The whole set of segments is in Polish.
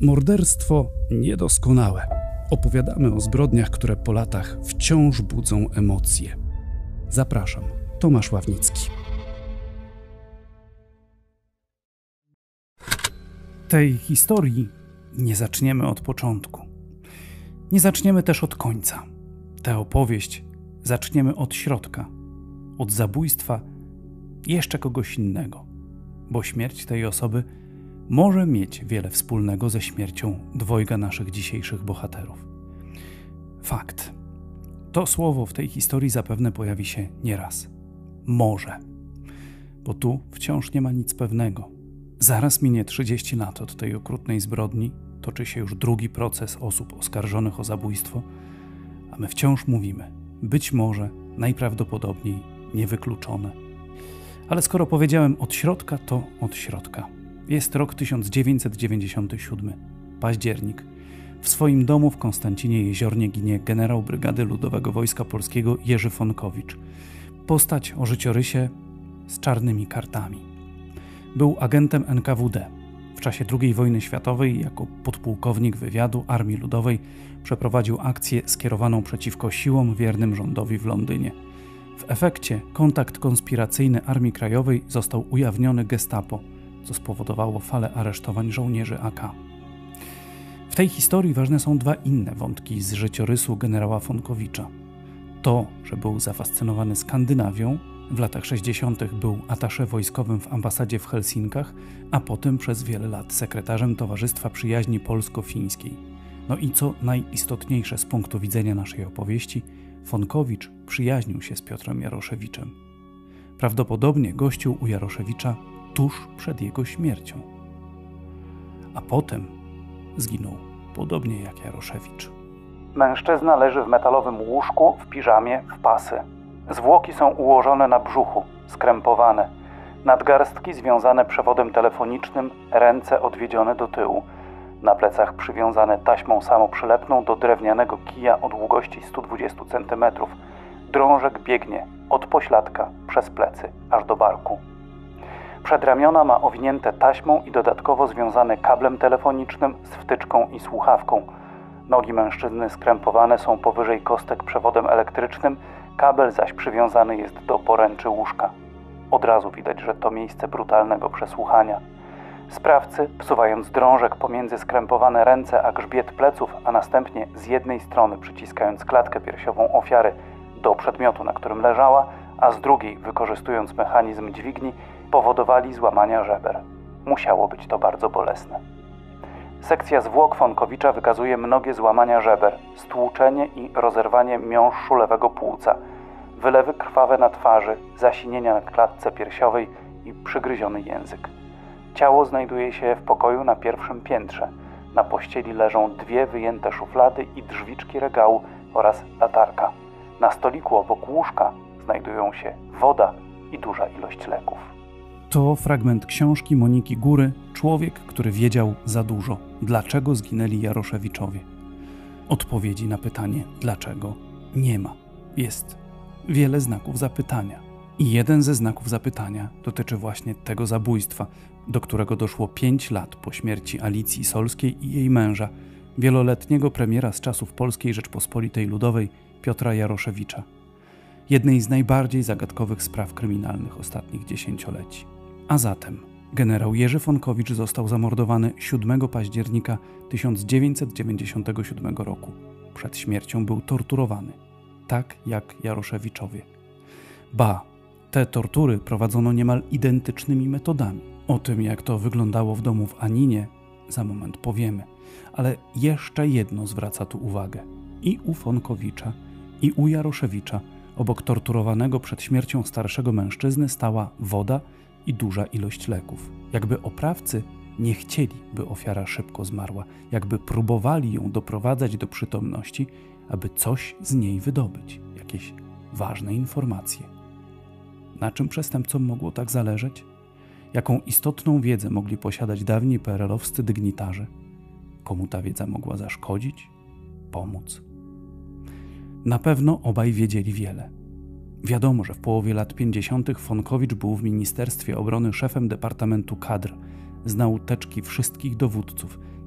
Morderstwo niedoskonałe. Opowiadamy o zbrodniach, które po latach wciąż budzą emocje. Zapraszam, Tomasz Ławnicki. Tej historii nie zaczniemy od początku. Nie zaczniemy też od końca. Tę opowieść zaczniemy od środka, od zabójstwa jeszcze kogoś innego, bo śmierć tej osoby może mieć wiele wspólnego ze śmiercią dwojga naszych dzisiejszych bohaterów. Fakt. To słowo w tej historii zapewne pojawi się nieraz. Może. Bo tu wciąż nie ma nic pewnego. Zaraz minie 30 lat od tej okrutnej zbrodni, toczy się już drugi proces osób oskarżonych o zabójstwo, a my wciąż mówimy, być może, najprawdopodobniej, niewykluczone. Ale skoro powiedziałem od środka, to od środka. Jest rok 1997, październik. W swoim domu w Konstancinie Jeziornie ginie generał Brygady Ludowego Wojska Polskiego Jerzy Fonkowicz. Postać o życiorysie z czarnymi kartami. Był agentem NKWD. W czasie II wojny światowej jako podpułkownik wywiadu Armii Ludowej przeprowadził akcję skierowaną przeciwko siłom wiernym rządowi w Londynie. W efekcie kontakt konspiracyjny Armii Krajowej został ujawniony Gestapo, co spowodowało falę aresztowań żołnierzy AK. W tej historii ważne są dwa inne wątki z życiorysu generała Fonkowicza. To, że był zafascynowany Skandynawią, w latach 60. był attaché wojskowym w ambasadzie w Helsinkach, a potem przez wiele lat sekretarzem Towarzystwa Przyjaźni Polsko-Fińskiej. No i co najistotniejsze z punktu widzenia naszej opowieści, Fonkowicz przyjaźnił się z Piotrem Jaroszewiczem. Prawdopodobnie gościł u Jaroszewicza tuż przed jego śmiercią. A potem zginął, podobnie jak Jaroszewicz. Mężczyzna leży w metalowym łóżku, w piżamie, w pasy. Zwłoki są ułożone na brzuchu, skrępowane. Nadgarstki związane przewodem telefonicznym, ręce odwiedzione do tyłu. Na plecach przywiązane taśmą samoprzylepną do drewnianego kija o długości 120 cm. Drążek biegnie od pośladka przez plecy aż do barku. Przedramiona ma owinięte taśmą i dodatkowo związane kablem telefonicznym z wtyczką i słuchawką. Nogi mężczyzny skrępowane są powyżej kostek przewodem elektrycznym, kabel zaś przywiązany jest do poręczy łóżka. Od razu widać, że to miejsce brutalnego przesłuchania. Sprawcy, wsuwając drążek pomiędzy skrępowane ręce a grzbiet pleców, a następnie z jednej strony przyciskając klatkę piersiową ofiary do przedmiotu, na którym leżała, a z drugiej, wykorzystując mechanizm dźwigni, powodowali złamania żeber. Musiało być to bardzo bolesne. Sekcja zwłok Fonkowicza wykazuje mnogie złamania żeber, stłuczenie i rozerwanie miąższu lewego płuca, wylewy krwawe na twarzy, zasinienia na klatce piersiowej i przygryziony język. Ciało znajduje się w pokoju na pierwszym piętrze. Na pościeli leżą dwie wyjęte szuflady i drzwiczki regału oraz latarka. Na stoliku obok łóżka znajdują się woda i duża ilość leków. To fragment książki Moniki Góry „Człowiek, który wiedział za dużo. Dlaczego zginęli Jaroszewiczowie?” Odpowiedzi na pytanie dlaczego nie ma. Jest wiele znaków zapytania. I jeden ze znaków zapytania dotyczy właśnie tego zabójstwa, do którego doszło 5 lat po śmierci Alicji Solskiej i jej męża, wieloletniego premiera z czasów Polskiej Rzeczpospolitej Ludowej Piotra Jaroszewicza. Jednej z najbardziej zagadkowych spraw kryminalnych ostatnich dziesięcioleci. A zatem generał Jerzy Fonkowicz został zamordowany 7 października 1997 roku. Przed śmiercią był torturowany, tak jak Jaroszewiczowie. Ba, te tortury prowadzono niemal identycznymi metodami. O tym, jak to wyglądało w domu w Aninie, za moment powiemy. Ale jeszcze jedno zwraca tu uwagę. I u Fonkowicza, i u Jaroszewicza obok torturowanego przed śmiercią starszego mężczyzny stała woda i duża ilość leków. Jakby oprawcy nie chcieli, by ofiara szybko zmarła, jakby próbowali ją doprowadzać do przytomności, aby coś z niej wydobyć, jakieś ważne informacje. Na czym przestępcom mogło tak zależeć? Jaką istotną wiedzę mogli posiadać dawni PRL-owscy dygnitarze? Komu ta wiedza mogła zaszkodzić? Pomóc? Na pewno obaj wiedzieli wiele. Wiadomo, że w połowie lat 50. Fonkowicz był w Ministerstwie Obrony szefem Departamentu Kadr. Znał teczki wszystkich dowódców,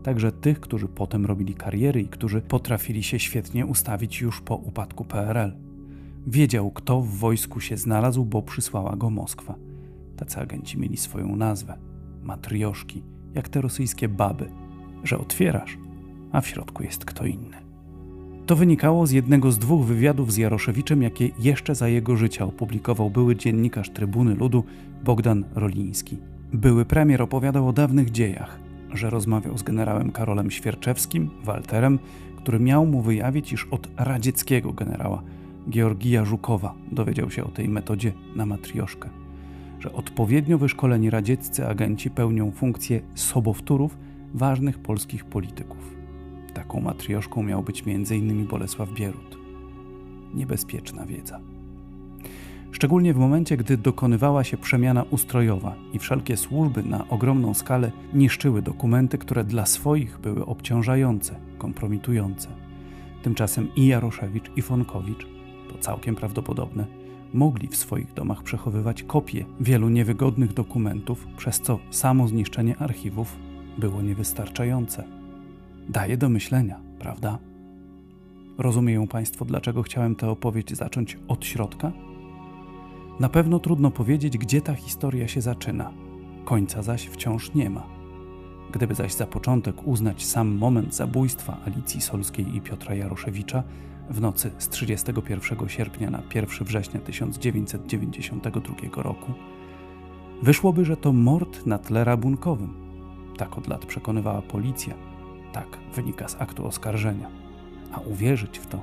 także tych, którzy potem robili kariery i którzy potrafili się świetnie ustawić już po upadku PRL. Wiedział, kto w wojsku się znalazł, bo przysłała go Moskwa. Tacy agenci mieli swoją nazwę. Matrioszki, jak te rosyjskie baby, że otwierasz, a w środku jest kto inny. To wynikało z jednego z 2 wywiadów z Jaroszewiczem, jakie jeszcze za jego życia opublikował były dziennikarz Trybuny Ludu Bogdan Roliński. Były premier opowiadał o dawnych dziejach, że rozmawiał z generałem Karolem Świerczewskim, Walterem, który miał mu wyjawić, iż od radzieckiego generała Georgija Żukowa dowiedział się o tej metodzie na matrioszkę, że odpowiednio wyszkoleni radzieccy agenci pełnią funkcję sobowtórów ważnych polskich polityków. Taką matrioszką miał być m.in. Bolesław Bierut. Niebezpieczna wiedza. Szczególnie w momencie, gdy dokonywała się przemiana ustrojowa i wszelkie służby na ogromną skalę niszczyły dokumenty, które dla swoich były obciążające, kompromitujące. Tymczasem i Jaroszewicz, i Fonkowicz, to całkiem prawdopodobne, mogli w swoich domach przechowywać kopie wielu niewygodnych dokumentów, przez co samo zniszczenie archiwów było niewystarczające. Daje do myślenia, prawda? Rozumieją Państwo, dlaczego chciałem tę opowieść zacząć od środka? Na pewno trudno powiedzieć, gdzie ta historia się zaczyna. Końca zaś wciąż nie ma. Gdyby zaś za początek uznać sam moment zabójstwa Alicji Solskiej i Piotra Jaroszewicza w nocy z 31 sierpnia na 1 września 1992 roku, wyszłoby, że to mord na tle rabunkowym. Tak od lat przekonywała policja, tak wynika z aktu oskarżenia. A uwierzyć w to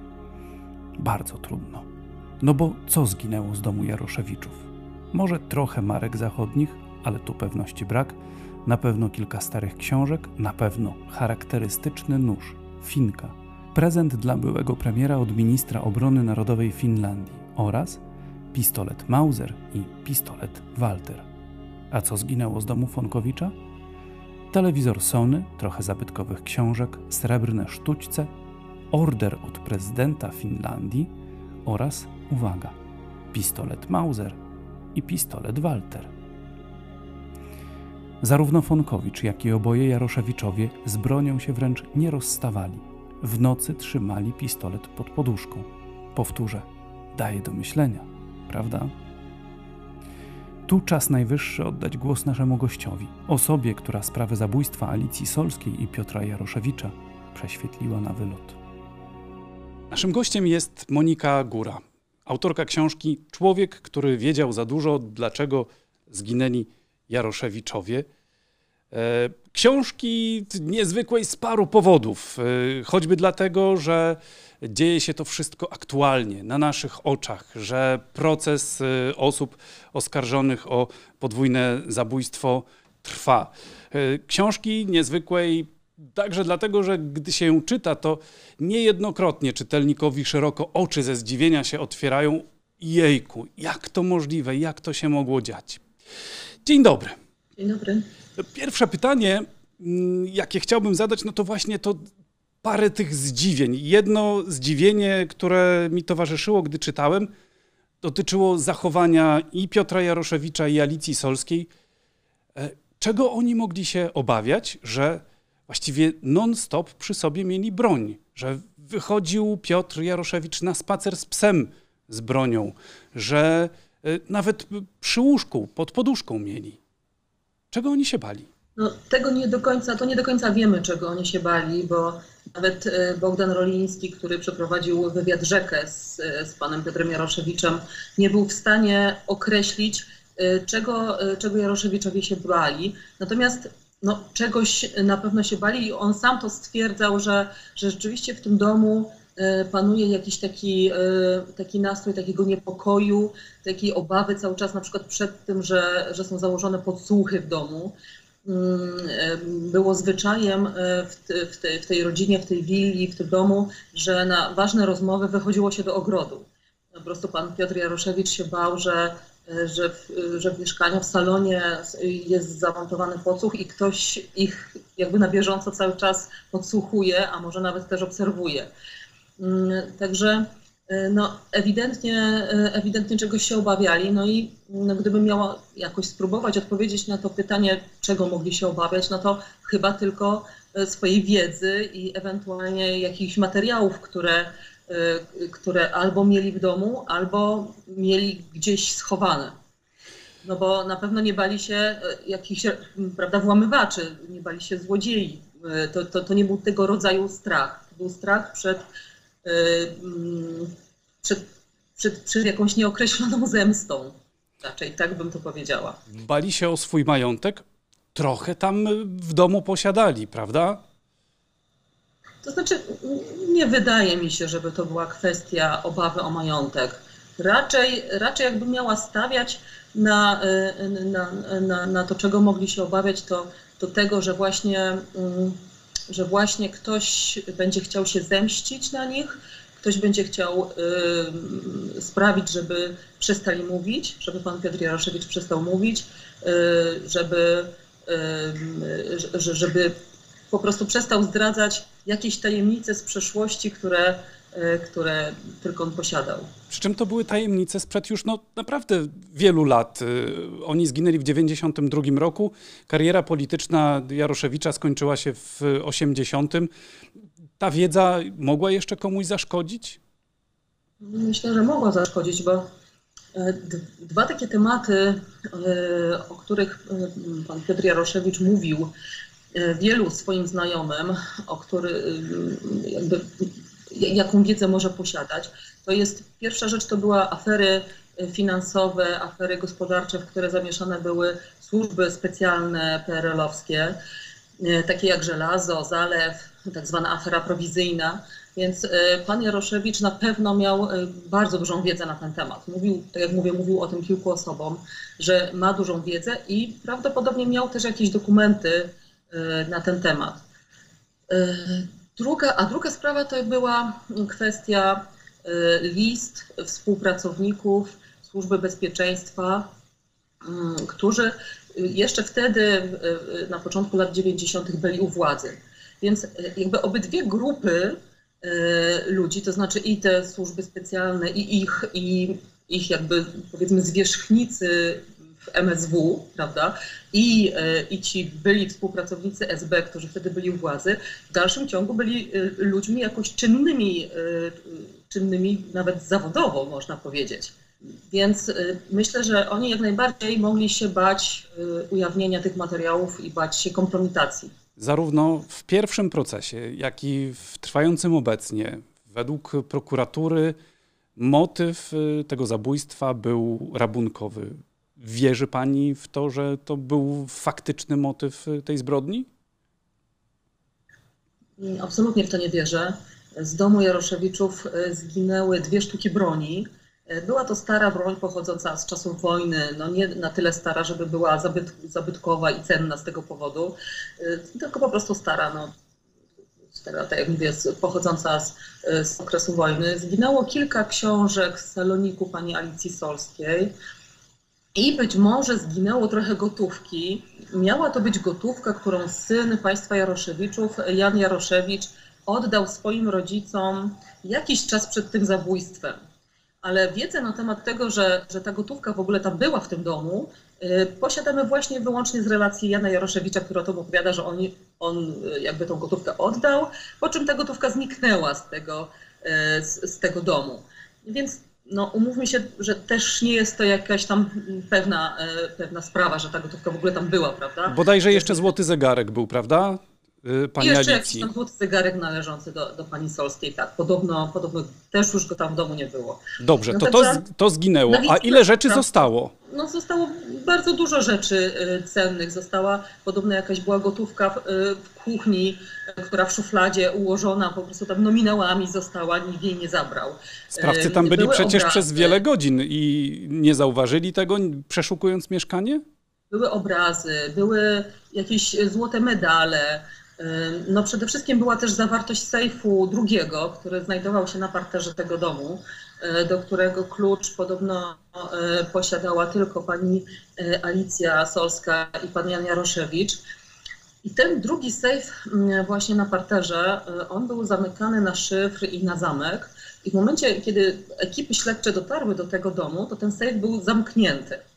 bardzo trudno. No bo co zginęło z domu Jaroszewiczów? Może trochę marek zachodnich, ale tu pewności brak. Na pewno kilka starych książek, na pewno charakterystyczny nóż, finka, prezent dla byłego premiera od ministra obrony narodowej Finlandii oraz pistolet Mauser i pistolet Walter. A co zginęło z domu Fonkowicza? Telewizor Sony, trochę zabytkowych książek, srebrne sztućce, order od prezydenta Finlandii oraz, uwaga, pistolet Mauser i pistolet Walter. Zarówno Fonkowicz, jak i oboje Jaroszewiczowie z bronią się wręcz nie rozstawali. W nocy trzymali pistolet pod poduszką. Powtórzę, daje do myślenia, prawda? Tu czas najwyższy oddać głos naszemu gościowi, osobie, która sprawę zabójstwa Alicji Solskiej i Piotra Jaroszewicza prześwietliła na wylot. Naszym gościem jest Monika Góra, autorka książki Człowiek, który wiedział za dużo, dlaczego zginęli Jaroszewiczowie. Książki niezwykłej z paru powodów, choćby dlatego, że dzieje się to wszystko aktualnie, na naszych oczach, że proces osób oskarżonych o podwójne zabójstwo trwa. Książki niezwykłej także dlatego, że gdy się ją czyta, to niejednokrotnie czytelnikowi szeroko oczy ze zdziwienia się otwierają. Jejku, jak to możliwe, jak to się mogło dziać? Dzień dobry. Dzień dobry. Pierwsze pytanie, jakie chciałbym zadać, no to właśnie to parę tych zdziwień. Jedno zdziwienie, które mi towarzyszyło, gdy czytałem, dotyczyło zachowania i Piotra Jaroszewicza, i Alicji Solskiej. Czego oni mogli się obawiać, że właściwie non-stop przy sobie mieli broń, że wychodził Piotr Jaroszewicz na spacer z psem z bronią, że nawet przy łóżku, pod poduszką mieli. Czego oni się bali? No, nie do końca wiemy, czego oni się bali, bo nawet Bogdan Roliński, który przeprowadził wywiad rzekę z panem Piotrem Jaroszewiczem, nie był w stanie określić, czego Jaroszewiczowie się bali. Natomiast czegoś na pewno się bali i on sam to stwierdzał, że rzeczywiście w tym domu panuje jakiś taki nastrój takiego niepokoju, takiej obawy cały czas na przykład przed tym, że są założone podsłuchy w domu. Było zwyczajem w tej rodzinie, w tej willi, w tym domu, że na ważne rozmowy wychodziło się do ogrodu. Po prostu pan Piotr Jaroszewicz się bał, że w mieszkaniu, w salonie jest zamontowany podsłuch i ktoś ich jakby na bieżąco cały czas podsłuchuje, a może nawet też obserwuje. Także ewidentnie czegoś się obawiali. No i gdybym miała jakoś spróbować odpowiedzieć na to pytanie, czego mogli się obawiać, no to chyba tylko swojej wiedzy i ewentualnie jakichś materiałów, które albo mieli w domu, albo mieli gdzieś schowane. No bo na pewno nie bali się jakichś, prawda, włamywaczy, nie bali się złodziei. To nie był tego rodzaju strach. To był strach przed jakąś nieokreśloną zemstą. Raczej tak bym to powiedziała. Bali się o swój majątek? Trochę tam w domu posiadali, prawda? To znaczy, nie wydaje mi się, żeby to była kwestia obawy o majątek. Raczej jakbym miała stawiać na to, czego mogli się obawiać, to tego, że właśnie ktoś będzie chciał się zemścić na nich, ktoś będzie chciał sprawić, żeby przestali mówić, żeby pan Piotr Jaroszewicz przestał mówić, żeby po prostu przestał zdradzać jakieś tajemnice z przeszłości, które tylko on posiadał. Przy czym to były tajemnice sprzed już naprawdę wielu lat. Oni zginęli w 1992 roku. Kariera polityczna Jaroszewicza skończyła się w 1980. Ta wiedza mogła jeszcze komuś zaszkodzić? Myślę, że mogła zaszkodzić, bo dwa takie tematy, o których pan Piotr Jaroszewicz mówił wielu swoim znajomym, jaką wiedzę może posiadać, to jest pierwsza rzecz, to były afery finansowe, afery gospodarcze, w które zamieszane były służby specjalne PRL-owskie, takie jak Żelazo, Zalew, tak zwana afera prowizyjna. Więc pan Jaroszewicz na pewno miał bardzo dużą wiedzę na ten temat. Mówił, tak jak mówię, mówił o tym kilku osobom, że ma dużą wiedzę i prawdopodobnie miał też jakieś dokumenty na ten temat. Druga sprawa to była kwestia list współpracowników Służby Bezpieczeństwa, którzy jeszcze wtedy, na początku lat 90. byli u władzy. Więc jakby obydwie grupy ludzi, to znaczy i te służby specjalne, i ich jakby powiedzmy zwierzchnicy w MSW, prawda, i ci byli współpracownicy SB, którzy wtedy byli u władzy, w dalszym ciągu byli ludźmi jakoś czynnymi nawet zawodowo, można powiedzieć. Więc myślę, że oni jak najbardziej mogli się bać ujawnienia tych materiałów i bać się kompromitacji. Zarówno w pierwszym procesie, jak i w trwającym obecnie, według prokuratury, motyw tego zabójstwa był rabunkowy. Wierzy pani w to, że to był faktyczny motyw tej zbrodni? Absolutnie w to nie wierzę. Z domu Jaroszewiczów zginęły 2 sztuki broni. Była to stara broń pochodząca z czasów wojny, no nie na tyle stara, żeby była zabytkowa i cenna z tego powodu, tylko po prostu stara, no, stara, tak jak mówię, pochodząca z okresu wojny. Zginęło kilka książek z saloniku pani Alicji Solskiej i być może zginęło trochę gotówki. Miała to być gotówka, którą syn państwa Jaroszewiczów, Jan Jaroszewicz, oddał swoim rodzicom jakiś czas przed tym zabójstwem. Ale wiedzę na temat tego, że ta gotówka w ogóle tam była w tym domu, posiadamy właśnie wyłącznie z relacji Jana Jaroszewicza, który o tym opowiada, że on jakby tą gotówkę oddał, po czym ta gotówka zniknęła z tego domu. Więc no, umówmy się, że też nie jest to jakaś tam pewna sprawa, że ta gotówka w ogóle tam była, prawda? Bodajże jeszcze złoty zegarek był, prawda? Pani jeszcze Alicji. jakiś tam złoty zegarek należący do pani Solskiej, tak. Podobno też już go tam w domu nie było. Dobrze, No to zginęło. A ile rzeczy zostało? No zostało bardzo dużo rzeczy cennych. Została podobno jakaś była gotówka w kuchni, która w szufladzie ułożona, po prostu tam nominałami została, nikt jej nie zabrał. Sprawcy tam byli przecież obrazy. Przez wiele godzin i nie zauważyli tego, przeszukując mieszkanie? Były obrazy, były jakieś złote medale. No przede wszystkim była też zawartość sejfu drugiego, który znajdował się na parterze tego domu, do którego klucz podobno posiadała tylko pani Alicja Solska i pan Jan Jaroszewicz. I ten drugi sejf właśnie na parterze, on był zamykany na szyfr i na zamek. I w momencie, kiedy ekipy śledcze dotarły do tego domu, to ten sejf był zamknięty.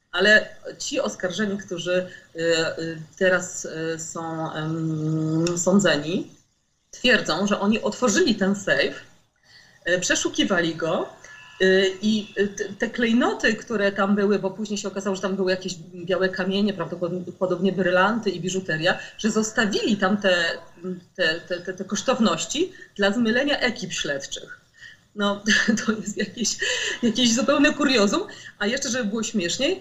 Ale ci oskarżeni, którzy teraz są sądzeni, twierdzą, że oni otworzyli ten sejf, przeszukiwali go i te klejnoty, które tam były, bo później się okazało, że tam były jakieś białe kamienie, prawdopodobnie brylanty i biżuteria, że zostawili tam te kosztowności dla zmylenia ekip śledczych. No, to jest jakieś zupełne kuriozum, a jeszcze, żeby było śmieszniej,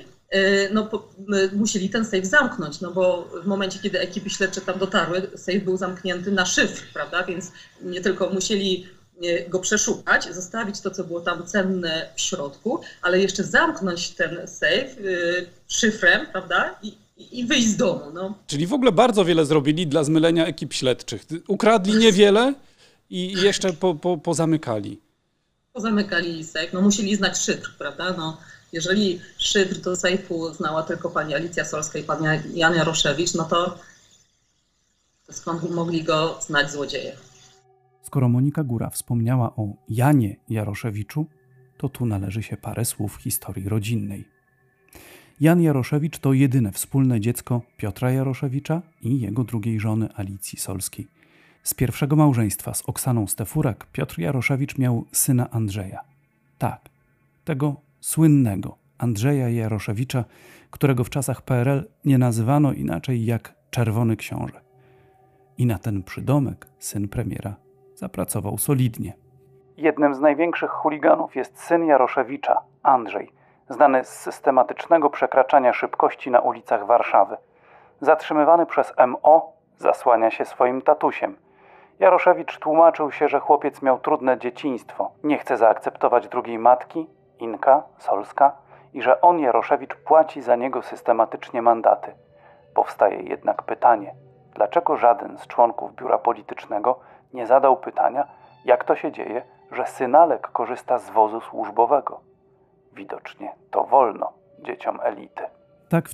musieli ten sejf zamknąć, no bo w momencie, kiedy ekipy śledcze tam dotarły, sejf był zamknięty na szyfr, prawda, więc nie tylko musieli go przeszukać, zostawić to, co było tam cenne w środku, ale jeszcze zamknąć ten sejf szyfrem, prawda, i wyjść z domu. No. Czyli w ogóle bardzo wiele zrobili dla zmylenia ekip śledczych. Ukradli niewiele i jeszcze pozamykali. Pozamykali sejf, no musieli znać szyfr, prawda, no. Jeżeli szyfr do sejfu znała tylko pani Alicja Solska i pan Jan Jaroszewicz, no to skąd mogli go znać złodzieje? Skoro Monika Góra wspomniała o Janie Jaroszewiczu, to tu należy się parę słów historii rodzinnej. Jan Jaroszewicz to jedyne wspólne dziecko Piotra Jaroszewicza i jego drugiej żony Alicji Solskiej. Z pierwszego małżeństwa z Oksaną Stefurak Piotr Jaroszewicz miał syna Andrzeja. Tak, tego słynnego Andrzeja Jaroszewicza, którego w czasach PRL nie nazywano inaczej jak Czerwony Książę. I na ten przydomek syn premiera zapracował solidnie. Jednym z największych chuliganów jest syn Jaroszewicza, Andrzej, znany z systematycznego przekraczania szybkości na ulicach Warszawy. Zatrzymywany przez MO zasłania się swoim tatusiem. Jaroszewicz tłumaczył się, że chłopiec miał trudne dzieciństwo, nie chce zaakceptować drugiej matki, Inka, Solska, i że on, Jaroszewicz, płaci za niego systematycznie mandaty. Powstaje jednak pytanie, dlaczego żaden z członków biura politycznego nie zadał pytania, jak to się dzieje, że synalek korzysta z wozu służbowego. Widocznie to wolno dzieciom elity. Tak w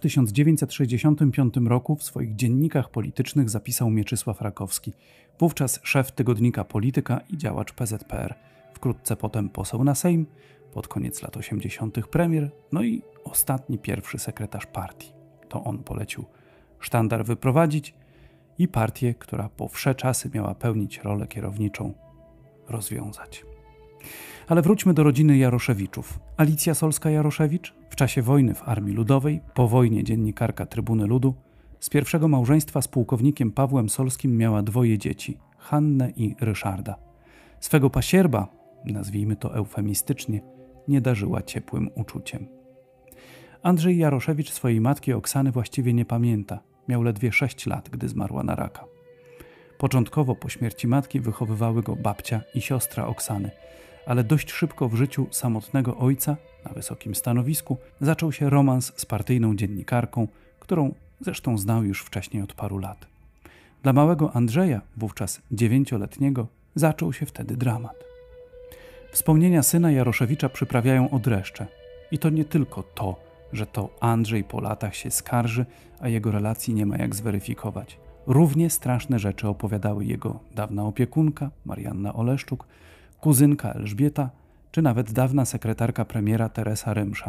1965 roku w swoich dziennikach politycznych zapisał Mieczysław Rakowski, wówczas szef tygodnika Polityka i działacz PZPR, wkrótce potem poseł na Sejm, pod koniec lat 80. premier, no i ostatni pierwszy sekretarz partii. To on polecił sztandar wyprowadzić i partię, która po wsze czasy miała pełnić rolę kierowniczą, rozwiązać. Ale wróćmy do rodziny Jaroszewiczów. Alicja Solska-Jaroszewicz, w czasie wojny w Armii Ludowej, po wojnie dziennikarka Trybuny Ludu, z pierwszego małżeństwa z pułkownikiem Pawłem Solskim miała 2 dzieci, Hannę i Ryszarda. Swego pasierba, nazwijmy to eufemistycznie, nie darzyła ciepłym uczuciem. Andrzej Jaroszewicz swojej matki Oksany właściwie nie pamięta. Miał ledwie 6 lat, gdy zmarła na raka. Początkowo po śmierci matki wychowywały go babcia i siostra Oksany, ale dość szybko w życiu samotnego ojca, na wysokim stanowisku, zaczął się romans z partyjną dziennikarką, którą zresztą znał już wcześniej od paru lat. Dla małego Andrzeja, wówczas 9-letniego, zaczął się wtedy dramat. Wspomnienia syna Jaroszewicza przyprawiają o dreszcze. I to nie tylko to, że to Andrzej po latach się skarży, a jego relacji nie ma jak zweryfikować. Równie straszne rzeczy opowiadały jego dawna opiekunka, Marianna Oleszczuk, kuzynka Elżbieta, czy nawet dawna sekretarka premiera Teresa Rymsza.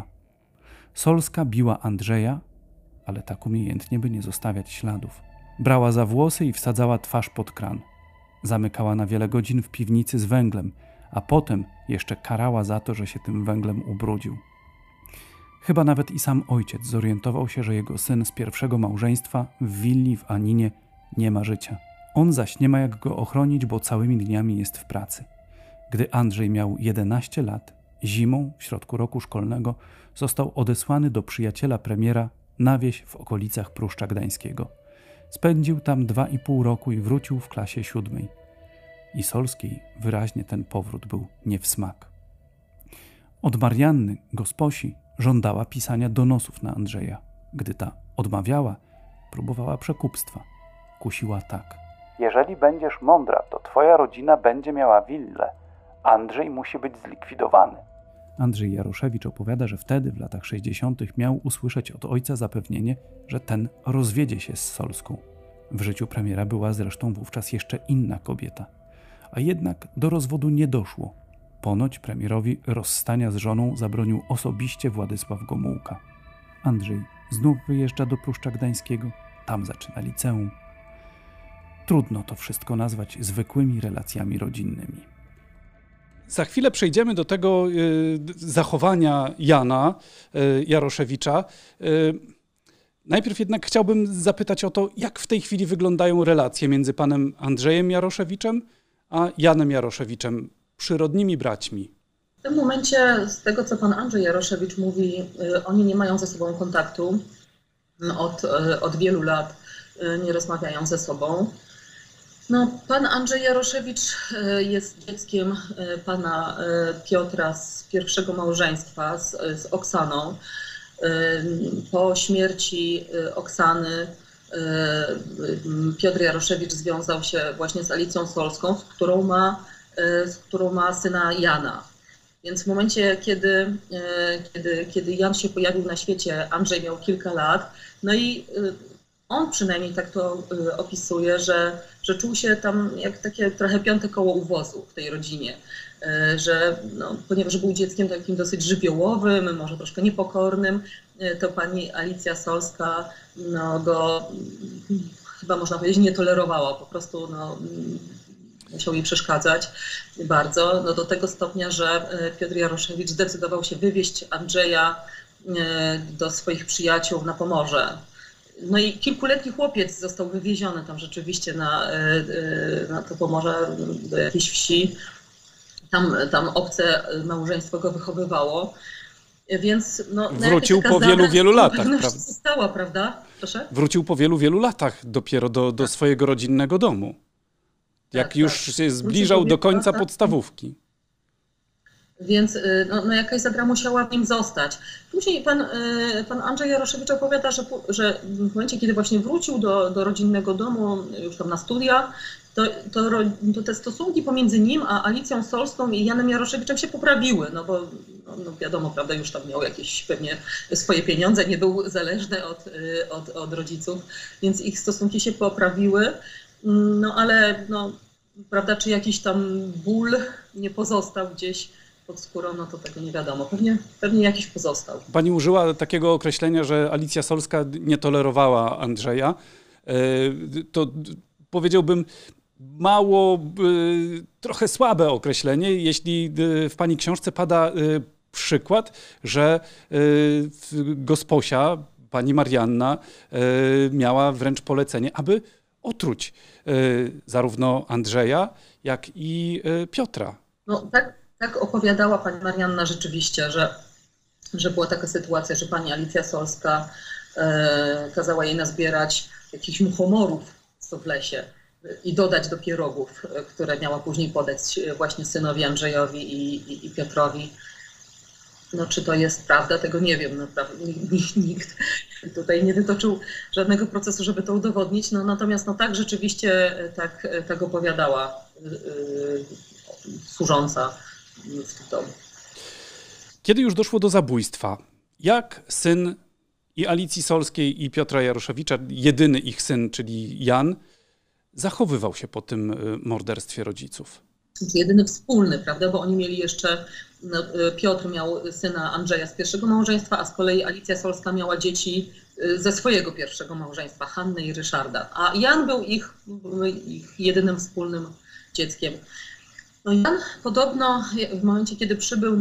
Solska biła Andrzeja, ale tak umiejętnie, by nie zostawiać śladów. Brała za włosy i wsadzała twarz pod kran. Zamykała na wiele godzin w piwnicy z węglem, a potem jeszcze karała za to, że się tym węglem ubrudził. Chyba nawet i sam ojciec zorientował się, że jego syn z pierwszego małżeństwa w willi w Aninie nie ma życia. On zaś nie ma jak go ochronić, bo całymi dniami jest w pracy. Gdy Andrzej miał 11 lat, zimą, w środku roku szkolnego, został odesłany do przyjaciela premiera na wieś w okolicach Pruszcza Gdańskiego. Spędził tam 2,5 roku i wrócił w klasie 7. I Solskiej wyraźnie ten powrót był nie w smak. Od Marianny, gosposi, żądała pisania donosów na Andrzeja. Gdy ta odmawiała, próbowała przekupstwa. Kusiła tak. Jeżeli będziesz mądra, to twoja rodzina będzie miała willę. Andrzej musi być zlikwidowany. Andrzej Jaroszewicz opowiada, że wtedy, w latach 60. miał usłyszeć od ojca zapewnienie, że ten rozwiedzie się z Solską. W życiu premiera była zresztą wówczas jeszcze inna kobieta. A jednak do rozwodu nie doszło. Ponoć premierowi rozstania z żoną zabronił osobiście Władysław Gomułka. Andrzej znów wyjeżdża do Pruszcza Gdańskiego. Tam zaczyna liceum. Trudno to wszystko nazwać zwykłymi relacjami rodzinnymi. Za chwilę przejdziemy do tego zachowania Jana Jaroszewicza. Najpierw jednak chciałbym zapytać o to, jak w tej chwili wyglądają relacje między panem Andrzejem Jaroszewiczem a Janem Jaroszewiczem, przyrodnimi braćmi. W tym momencie, z tego co pan Andrzej Jaroszewicz mówi, oni nie mają ze sobą kontaktu. Od wielu lat nie rozmawiają ze sobą. No, pan Andrzej Jaroszewicz jest dzieckiem pana Piotra z pierwszego małżeństwa z Oksaną. Po śmierci Oksany Piotr Jaroszewicz związał się właśnie z Alicją Solską, z którą ma syna Jana. Więc w momencie, kiedy Jan się pojawił na świecie, Andrzej miał kilka lat. No i on przynajmniej tak to opisuje, że czuł się tam jak takie trochę piąte koło u wozu w tej rodzinie. Że ponieważ był dzieckiem takim dosyć żywiołowym, może troszkę niepokornym, to pani Alicja Solska go chyba można powiedzieć nie tolerowała, po prostu musiał jej przeszkadzać bardzo, do tego stopnia, że Piotr Jaroszewicz zdecydował się wywieźć Andrzeja do swoich przyjaciół na Pomorze. No i kilkuletni chłopiec został wywieziony tam rzeczywiście na to Pomorze, do jakiejś wsi. Tam obce małżeństwo go wychowywało, więc wrócił po wielu latach, prawda? Została, prawda? Proszę? Wrócił po wielu latach dopiero do swojego rodzinnego domu. Jak już się zbliżał do końca podstawówki. Więc jakaś zadra musiała w nim zostać. Później pan Andrzej Jaroszewicz opowiada, że w momencie, kiedy właśnie wrócił do rodzinnego domu, już tam na studia, to te stosunki pomiędzy nim a Alicją Solską i Janem Jaroszewiczem się poprawiły, bo wiadomo, prawda, już tam miał jakieś pewnie swoje pieniądze, nie był zależny od rodziców, więc ich stosunki się poprawiły, ale prawda, czy jakiś tam ból nie pozostał gdzieś pod skórą, to tego nie wiadomo. Pewnie jakiś pozostał. Pani użyła takiego określenia, że Alicja Solska nie tolerowała Andrzeja. To powiedziałbym trochę słabe określenie, jeśli w pani książce pada przykład, że gosposia, pani Marianna, miała wręcz polecenie, aby otruć zarówno Andrzeja, jak i Piotra. Tak opowiadała pani Marianna rzeczywiście, że była taka sytuacja, że pani Alicja Solska kazała jej nazbierać jakichś muchomorów, co w lesie, i dodać do pierogów, które miała później podać właśnie synowi Andrzejowi i Piotrowi. Czy to jest prawda, tego nie wiem. Naprawdę nikt tutaj nie wytoczył żadnego procesu, żeby to udowodnić. Natomiast tak rzeczywiście tak opowiadała służąca w tym domu. Kiedy już doszło do zabójstwa, jak syn i Alicji Solskiej i Piotra Jaroszewicza, jedyny ich syn, czyli Jan, zachowywał się po tym morderstwie rodziców? Jedyny wspólny, prawda, bo oni mieli jeszcze, Piotr miał syna Andrzeja z pierwszego małżeństwa, a z kolei Alicja Solska miała dzieci ze swojego pierwszego małżeństwa, Hannę i Ryszarda, a Jan był ich jedynym wspólnym dzieckiem. Jan podobno w momencie, kiedy przybył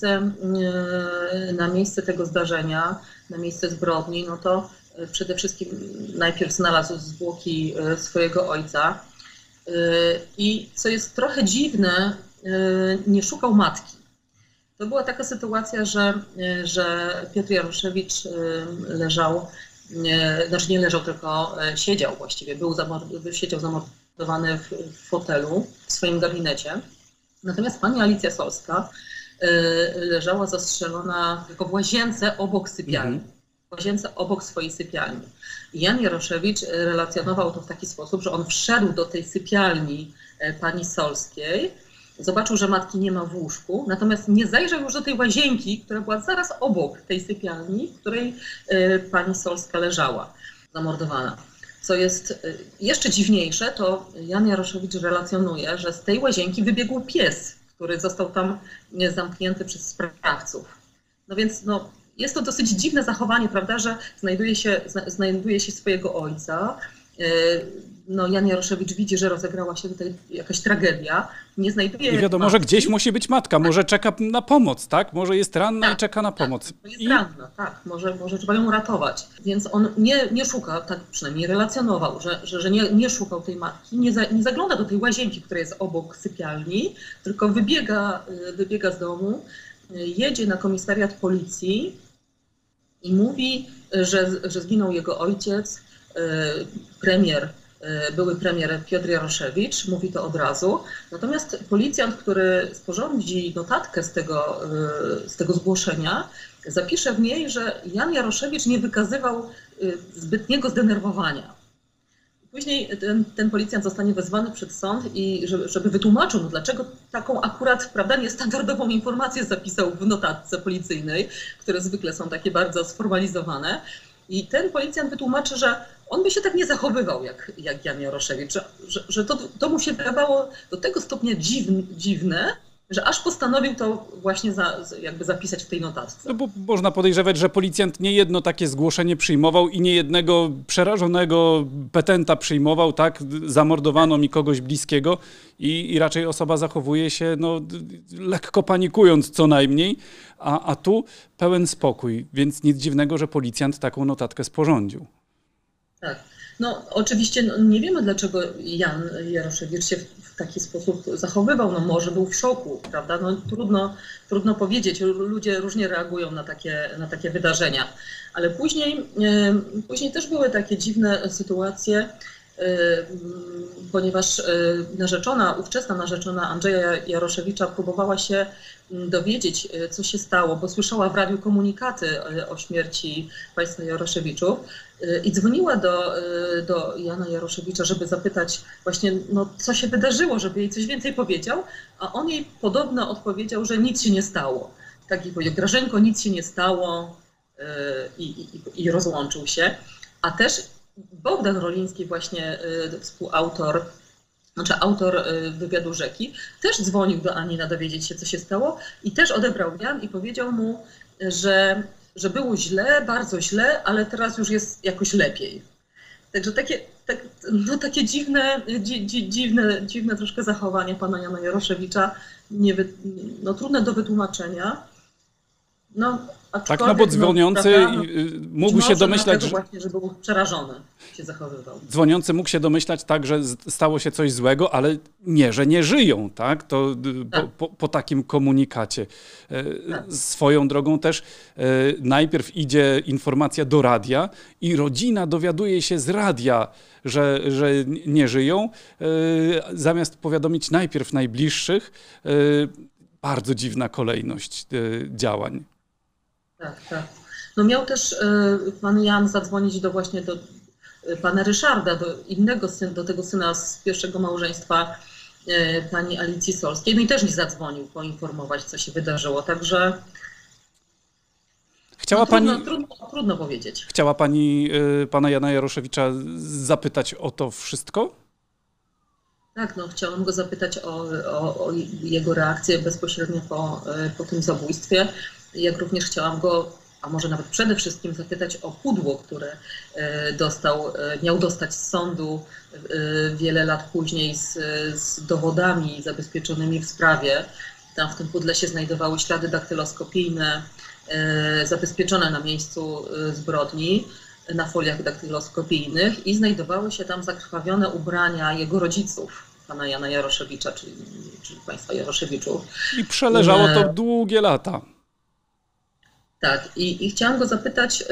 na miejsce tego zdarzenia, na miejsce zbrodni, to przede wszystkim najpierw znalazł zwłoki swojego ojca i, co jest trochę dziwne, nie szukał matki. To była taka sytuacja, że Piotr Jaroszewicz leżał, znaczy nie leżał, tylko siedział właściwie, siedział zamordowany w fotelu w swoim gabinecie. Natomiast pani Alicja Solska leżała zastrzelona tylko w łazience obok sypialni. Łazience obok swojej sypialni. I Jan Jaroszewicz relacjonował to w taki sposób, że on wszedł do tej sypialni pani Solskiej, zobaczył, że matki nie ma w łóżku, natomiast nie zajrzał już do tej łazienki, która była zaraz obok tej sypialni, w której pani Solska leżała, zamordowana. Co jest jeszcze dziwniejsze, to Jan Jaroszewicz relacjonuje, że z tej łazienki wybiegł pies, który został tam zamknięty przez sprawców. Więc jest to dosyć dziwne zachowanie, prawda, że znajduje się swojego ojca. No, Jan Jaroszewicz widzi, że rozegrała się tutaj jakaś tragedia. Nie znajduje I wiadomo, matki. że gdzieś musi być matka, może czeka na pomoc, tak? Może jest ranna Tak, i czeka na pomoc. Tak, jest ranna, tak, może trzeba ją uratować. Więc on nie szuka, tak przynajmniej relacjonował, że nie szukał tej matki, nie zagląda do tej łazienki, która jest obok sypialni, tylko wybiega z domu, jedzie na komisariat policji i mówi, że zginął jego ojciec, były premier Piotr Jaroszewicz, mówi to od razu. Natomiast policjant, który sporządzi notatkę z tego zgłoszenia, zapisze w niej, że Jan Jaroszewicz nie wykazywał zbytniego zdenerwowania. Później ten policjant zostanie wezwany przed sąd i żeby wytłumaczył, no dlaczego taką akurat, prawda, niestandardową informację zapisał w notatce policyjnej, które zwykle są takie bardzo sformalizowane. I ten policjant wytłumaczy, że on by się tak nie zachowywał jak Jan Jaroszewicz, że to mu się wydawało do tego stopnia dziwne, że aż postanowił to właśnie jakby zapisać w tej notatce. No bo można podejrzewać, że policjant niejedno takie zgłoszenie przyjmował i niejednego przerażonego petenta przyjmował, tak? Zamordowano mi kogoś bliskiego i raczej osoba zachowuje się no, lekko panikując co najmniej, a tu pełen spokój, więc nic dziwnego, że policjant taką notatkę sporządził. Tak. No oczywiście nie wiemy, dlaczego Jan Jaroszewicz się w taki sposób zachowywał. No może był w szoku, prawda? No trudno powiedzieć. Ludzie różnie reagują na takie wydarzenia. Ale później też były takie dziwne sytuacje, ponieważ ówczesna narzeczona Andrzeja Jaroszewicza próbowała się dowiedzieć, co się stało, bo słyszała w radiu komunikaty o śmierci państwa Jaroszewiczów i dzwoniła do Jana Jaroszewicza, żeby zapytać właśnie, no, co się wydarzyło, żeby jej coś więcej powiedział, a on jej podobno odpowiedział, że nic się nie stało. Tak jak powiedział, Grażynko, nic się nie stało i rozłączył się. A też Bogdan Roliński, właśnie współautor, autor wywiadu Rzeki, też dzwonił do Anina dowiedzieć się, co się stało i też odebrał Jan i powiedział mu, że było źle, bardzo źle, ale teraz już jest jakoś lepiej. Także takie dziwne troszkę zachowanie pana Jana Jaroszewicza, trudne do wytłumaczenia. Tak, no bo dzwoniący mógł się domyślać, że właśnie, że był przerażony, się zachowywał. Dzwoniący mógł się domyślać tak, że stało się coś złego, ale nie, że nie żyją, tak? To tak. Po takim komunikacie. Tak. Swoją drogą też najpierw idzie informacja do radia i rodzina dowiaduje się z radia, że nie żyją, zamiast powiadomić najpierw najbliższych. Bardzo dziwna kolejność działań. Tak. No miał też pan Jan zadzwonić do pana Ryszarda, do tego syna z pierwszego małżeństwa pani Alicji Solskiej. No i też nie zadzwonił poinformować, co się wydarzyło. Także trudno powiedzieć. Chciała pani pana Jana Jaroszewicza zapytać o to wszystko? Tak, chciałam go zapytać o jego reakcję bezpośrednio po tym zabójstwie. Jak również chciałam go, a może nawet przede wszystkim zapytać o pudło, które miał dostać z sądu wiele lat później z dowodami zabezpieczonymi w sprawie. Tam w tym pudle się znajdowały ślady daktyloskopijne zabezpieczone na miejscu zbrodni, na foliach daktyloskopijnych i znajdowały się tam zakrwawione ubrania jego rodziców, pana Jana Jaroszewicza, czyli państwa Jaroszewiczów. I przeleżało to długie lata. Tak, i chciałam go zapytać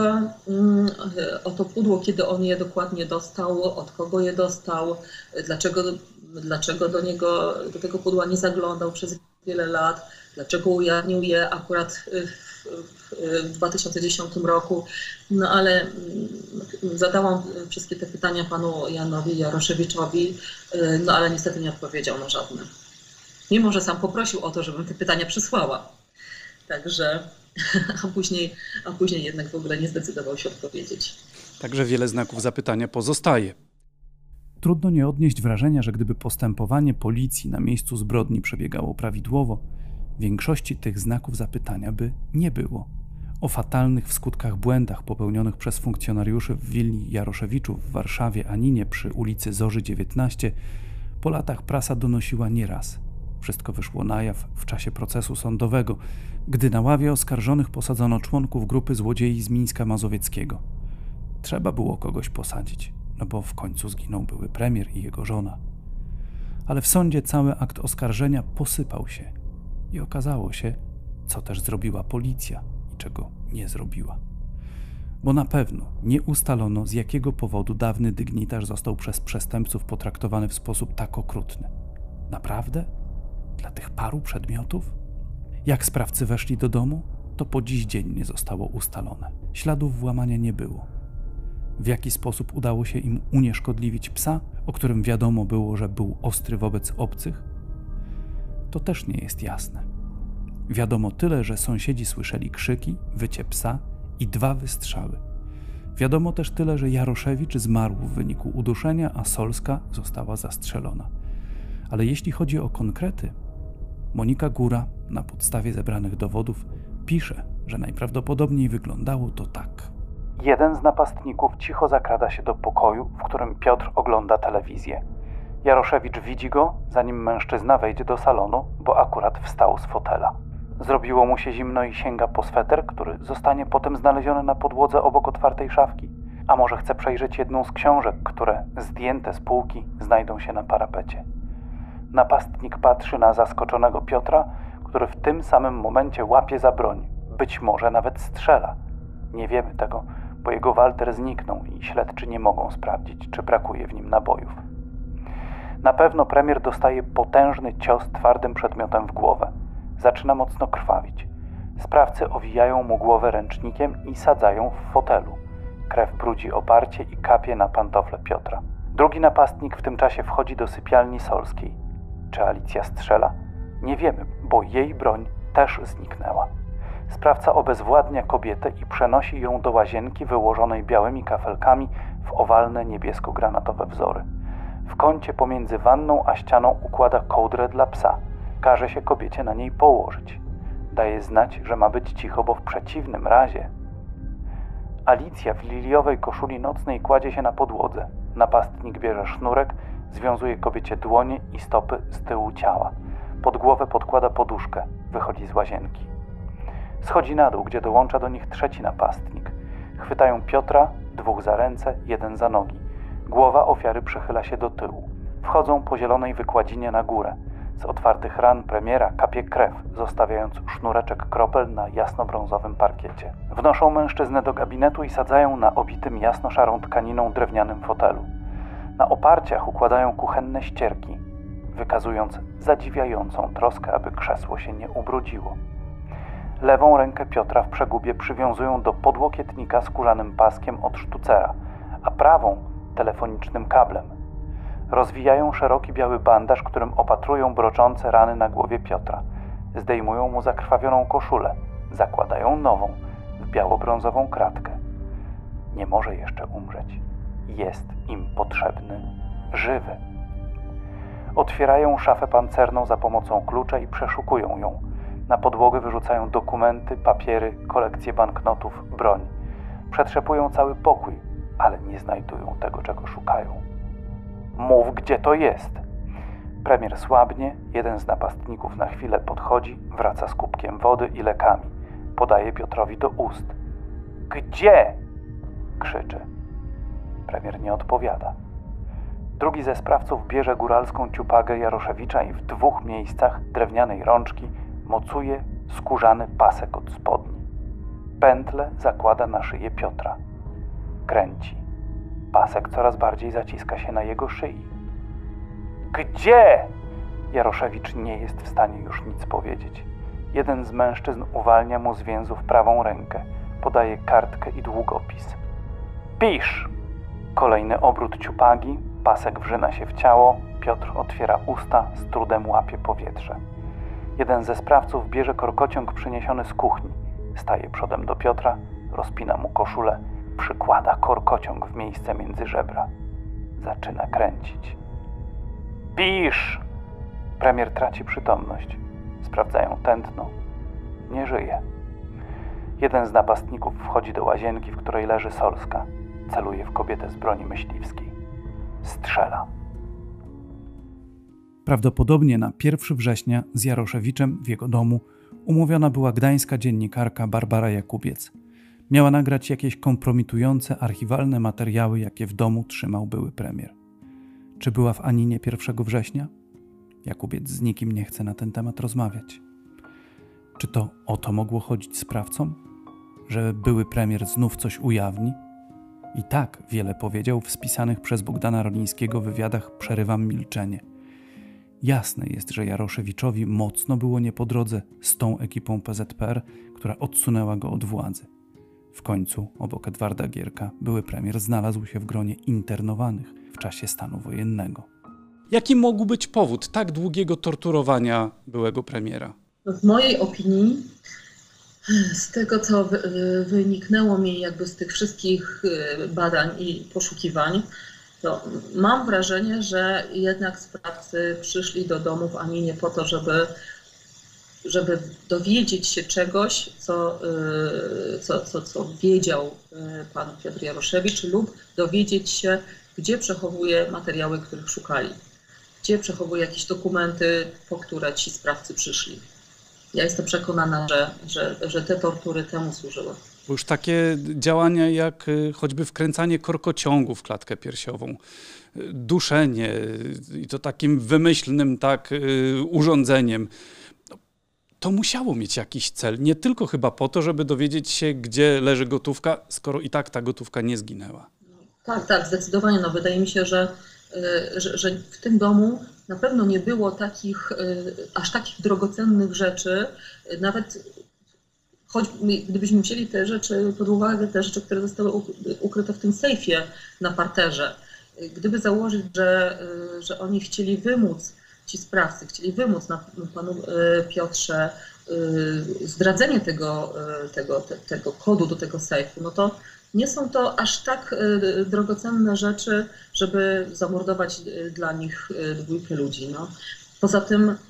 o to pudło, kiedy on je dokładnie dostał, od kogo je dostał, dlaczego do tego pudła nie zaglądał przez wiele lat, dlaczego ujawnił je akurat w 2010 roku. No ale zadałam wszystkie te pytania panu Janowi Jaroszewiczowi, no ale niestety nie odpowiedział na żadne. Mimo że sam poprosił o to, żebym te pytania przysłała. Także, a później jednak w ogóle nie zdecydował się odpowiedzieć. Także wiele znaków zapytania pozostaje. Trudno nie odnieść wrażenia, że gdyby postępowanie policji na miejscu zbrodni przebiegało prawidłowo, większości tych znaków zapytania by nie było. o fatalnych w skutkach błędach popełnionych przez funkcjonariuszy w willi Jaroszewiczów w Warszawie Aninie przy ulicy Zorzy 19 po latach prasa donosiła nieraz. Wszystko wyszło na jaw w czasie procesu sądowego, gdy na ławie oskarżonych posadzono członków grupy złodziei z Mińska Mazowieckiego. Trzeba było kogoś posadzić, no bo w końcu zginął były premier i jego żona. Ale w sądzie cały akt oskarżenia posypał się i okazało się, co też zrobiła policja i czego nie zrobiła. Bo na pewno nie ustalono, z jakiego powodu dawny dygnitarz został przez przestępców potraktowany w sposób tak okrutny. Naprawdę? Dla tych paru przedmiotów? Jak sprawcy weszli do domu, to po dziś dzień nie zostało ustalone. Śladów włamania nie było. W jaki sposób udało się im unieszkodliwić psa, o którym wiadomo było, że był ostry wobec obcych? To też nie jest jasne. Wiadomo tyle, że sąsiedzi słyszeli krzyki, wycie psa i 2 wystrzały. Wiadomo też tyle, że Jaroszewicz zmarł w wyniku uduszenia, a Solska została zastrzelona. Ale jeśli chodzi o konkrety, Monika Góra na podstawie zebranych dowodów pisze, że najprawdopodobniej wyglądało to tak. Jeden z napastników cicho zakrada się do pokoju, w którym Piotr ogląda telewizję. Jaroszewicz widzi go, zanim mężczyzna wejdzie do salonu, bo akurat wstał z fotela. Zrobiło mu się zimno i sięga po sweter, który zostanie potem znaleziony na podłodze obok otwartej szafki. A może chce przejrzeć jedną z książek, które, zdjęte z półki, znajdą się na parapecie. Napastnik patrzy na zaskoczonego Piotra, który w tym samym momencie łapie za broń. Być może nawet strzela. Nie wiemy tego, bo jego Walter zniknął i śledczy nie mogą sprawdzić, czy brakuje w nim nabojów. Na pewno premier dostaje potężny cios twardym przedmiotem w głowę. Zaczyna mocno krwawić. Sprawcy owijają mu głowę ręcznikiem i sadzają w fotelu. Krew brudzi oparcie i kapie na pantofle Piotra. Drugi napastnik w tym czasie wchodzi do sypialni Solskiej. Czy Alicja strzela? Nie wiemy, bo jej broń też zniknęła. Sprawca obezwładnia kobietę i przenosi ją do łazienki wyłożonej białymi kafelkami w owalne niebiesko-granatowe wzory. W kącie pomiędzy wanną a ścianą układa kołdrę dla psa. Każe się kobiecie na niej położyć. Daje znać, że ma być cicho, bo w przeciwnym razie... Alicja w liliowej koszuli nocnej kładzie się na podłodze. Napastnik bierze sznurek, związuje kobiecie dłonie i stopy z tyłu ciała. Pod głowę podkłada poduszkę. Wychodzi z łazienki. Schodzi na dół, gdzie dołącza do nich trzeci napastnik. Chwytają Piotra, 2 za ręce, 1 za nogi. Głowa ofiary przechyla się do tyłu. Wchodzą po zielonej wykładzinie na górę. Z otwartych ran premiera kapie krew, zostawiając sznureczek kropel na jasnobrązowym parkiecie. Wnoszą mężczyznę do gabinetu i sadzają na obitym jasno-szarą tkaniną drewnianym fotelu. Na oparciach układają kuchenne ścierki, wykazując zadziwiającą troskę, aby krzesło się nie ubrudziło. Lewą rękę Piotra w przegubie przywiązują do podłokietnika skórzanym paskiem od sztucera, a prawą telefonicznym kablem. Rozwijają szeroki biały bandaż, którym opatrują broczące rany na głowie Piotra. Zdejmują mu zakrwawioną koszulę, zakładają nową, w biało-brązową kratkę. Nie może jeszcze umrzeć. Jest im potrzebny żywy. Otwierają szafę pancerną za pomocą klucza i przeszukują ją. Na podłogę wyrzucają dokumenty, papiery, kolekcje banknotów, broń. Przetrzepują cały pokój, ale nie znajdują tego, czego szukają. Mów, gdzie to jest. Premier słabnie, jeden z napastników na chwilę podchodzi, wraca z kubkiem wody i lekami. Podaje Piotrowi do ust. Gdzie? Krzyczy. Premier nie odpowiada. Drugi ze sprawców bierze góralską ciupagę Jaroszewicza i w 2 miejscach drewnianej rączki mocuje skórzany pasek od spodni. Pętlę zakłada na szyję Piotra. Kręci. Pasek coraz bardziej zaciska się na jego szyi. Gdzie? Jaroszewicz nie jest w stanie już nic powiedzieć. Jeden z mężczyzn uwalnia mu z więzów prawą rękę. Podaje kartkę i długopis. Pisz! Kolejny obrót ciupagi, pasek wrzyna się w ciało, Piotr otwiera usta, z trudem łapie powietrze. Jeden ze sprawców bierze korkociąg przyniesiony z kuchni. Staje przodem do Piotra, rozpina mu koszulę, przykłada korkociąg w miejsce między żebra. Zaczyna kręcić. Pisz! Premier traci przytomność. Sprawdzają tętno. Nie żyje. Jeden z napastników wchodzi do łazienki, w której leży Solska. Celuje w kobietę z broni myśliwskiej. Strzela. Prawdopodobnie na 1 września z Jaroszewiczem w jego domu umówiona była gdańska dziennikarka Barbara Jakubiec. Miała nagrać jakieś kompromitujące, archiwalne materiały, jakie w domu trzymał były premier. Czy była w Aninie 1 września? Jakubiec z nikim nie chce na ten temat rozmawiać. Czy to o to mogło chodzić sprawcom? Że były premier znów coś ujawni? I tak wiele powiedział w spisanych przez Bogdana Rolińskiego wywiadach Przerywam milczenie. Jasne jest, że Jaroszewiczowi mocno było nie po drodze z tą ekipą PZPR, która odsunęła go od władzy. W końcu, obok Edwarda Gierka, były premier znalazł się w gronie internowanych w czasie stanu wojennego. Jaki mógł być powód tak długiego torturowania byłego premiera? W mojej opinii, z tego co wyniknęło mi jakby z tych wszystkich badań i poszukiwań, to mam wrażenie, że jednak sprawcy przyszli do domu w Aninie po to, żeby dowiedzieć się czegoś, co wiedział pan Piotr Jaroszewicz, lub dowiedzieć się, gdzie przechowuje materiały, których szukali, gdzie przechowuje jakieś dokumenty, po które ci sprawcy przyszli. Ja jestem przekonana, że te tortury temu służyły. Bo już takie działania jak choćby wkręcanie korkociągu w klatkę piersiową, duszenie i to takim wymyślnym urządzeniem, to musiało mieć jakiś cel. Nie tylko chyba po to, żeby dowiedzieć się, gdzie leży gotówka, skoro i tak ta gotówka nie zginęła. Tak, zdecydowanie. No, wydaje mi się, że w tym domu na pewno nie było aż takich drogocennych rzeczy, nawet gdybyśmy wzięli te rzeczy pod uwagę, te rzeczy, które zostały ukryte w tym sejfie na parterze. Gdyby założyć, że oni chcieli wymóc, ci sprawcy chcieli wymóc na panu Piotrze zdradzenie tego kodu do tego sejfu, no to nie są to aż tak drogocenne rzeczy, żeby zamordować dla nich 2 ludzi. No. Poza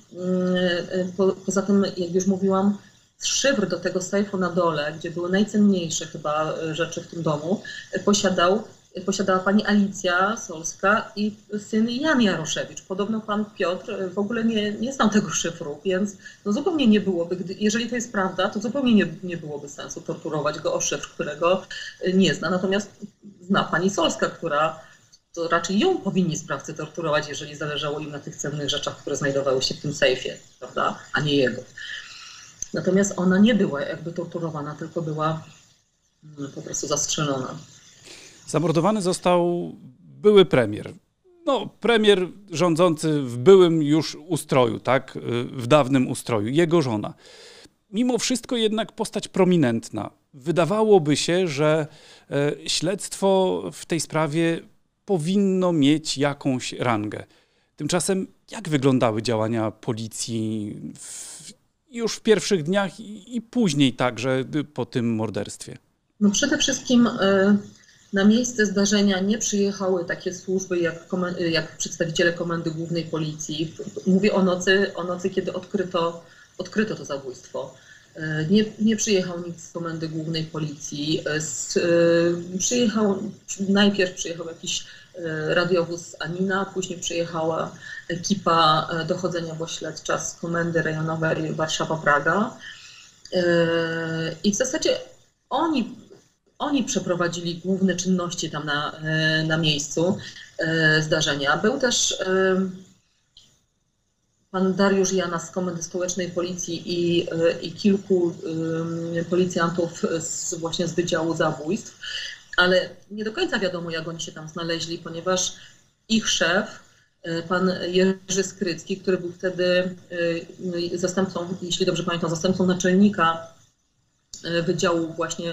tym, jak już mówiłam, szyfr do tego sejfu na dole, gdzie były najcenniejsze chyba rzeczy w tym domu, posiadała pani Alicja Solska i syn Jan Jaroszewicz. Podobno pan Piotr w ogóle nie znał tego szyfru, więc no zupełnie nie byłoby, jeżeli to jest prawda, to zupełnie nie byłoby sensu torturować go o szyfr, którego nie zna. Natomiast zna pani Solska, to raczej ją powinni sprawcy torturować, jeżeli zależało im na tych cennych rzeczach, które znajdowały się w tym sejfie, prawda, a nie jego. Natomiast ona nie była jakby torturowana, tylko była po prostu zastrzelona. Zamordowany został były premier. No, premier rządzący w byłym już ustroju, tak? W dawnym ustroju, jego żona. Mimo wszystko jednak postać prominentna. Wydawałoby się, że śledztwo w tej sprawie powinno mieć jakąś rangę. Tymczasem jak wyglądały działania policji już w pierwszych dniach i później także po tym morderstwie? No przede wszystkim na miejsce zdarzenia nie przyjechały takie służby jak przedstawiciele Komendy Głównej Policji. Mówię o nocy, kiedy odkryto to zabójstwo. Nie przyjechał nikt z Komendy Głównej Policji. Najpierw przyjechał jakiś radiowóz z Anina, później przyjechała ekipa dochodzenia śledcza z Komendy Rejonowej Warszawa-Praga. I w zasadzie oni przeprowadzili główne czynności tam na miejscu zdarzenia. Był też pan Dariusz Jana z Komendy Stołecznej Policji i kilku policjantów właśnie z Wydziału Zabójstw, ale nie do końca wiadomo, jak oni się tam znaleźli, ponieważ ich szef, pan Jerzy Skrycki, który był wtedy zastępcą, jeśli dobrze pamiętam, zastępcą naczelnika wydziału właśnie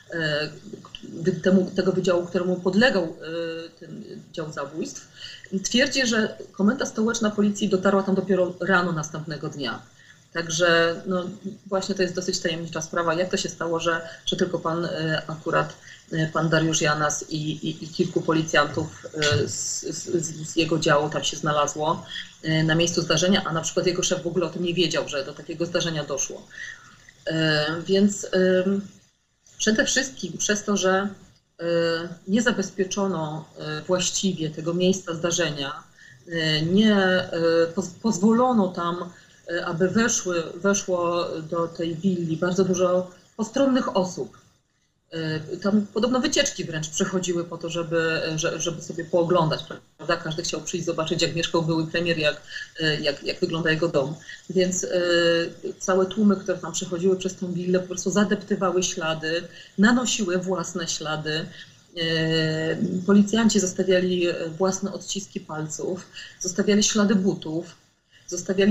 tego wydziału, któremu podlegał ten dział zabójstw, twierdzi, że Komenda Stołeczna Policji dotarła tam dopiero rano następnego dnia. Także no, właśnie to jest dosyć tajemnicza sprawa, jak to się stało, że tylko pan Dariusz Janas i kilku policjantów z jego działu tam się znalazło na miejscu zdarzenia, a na przykład jego szef w ogóle o tym nie wiedział, że do takiego zdarzenia doszło. Więc Przede wszystkim przez to, że nie zabezpieczono właściwie tego miejsca zdarzenia, nie pozwolono tam, aby weszło do tej willi bardzo dużo postronnych osób. Tam podobno wycieczki wręcz przechodziły po to, żeby sobie pooglądać, prawda? Każdy chciał przyjść zobaczyć, jak mieszkał były premier, jak wygląda jego dom. Więc całe tłumy, które tam przechodziły przez tą willę, po prostu zadeptywały ślady, nanosiły własne ślady. Policjanci zostawiali własne odciski palców, zostawiali ślady butów, zostawiali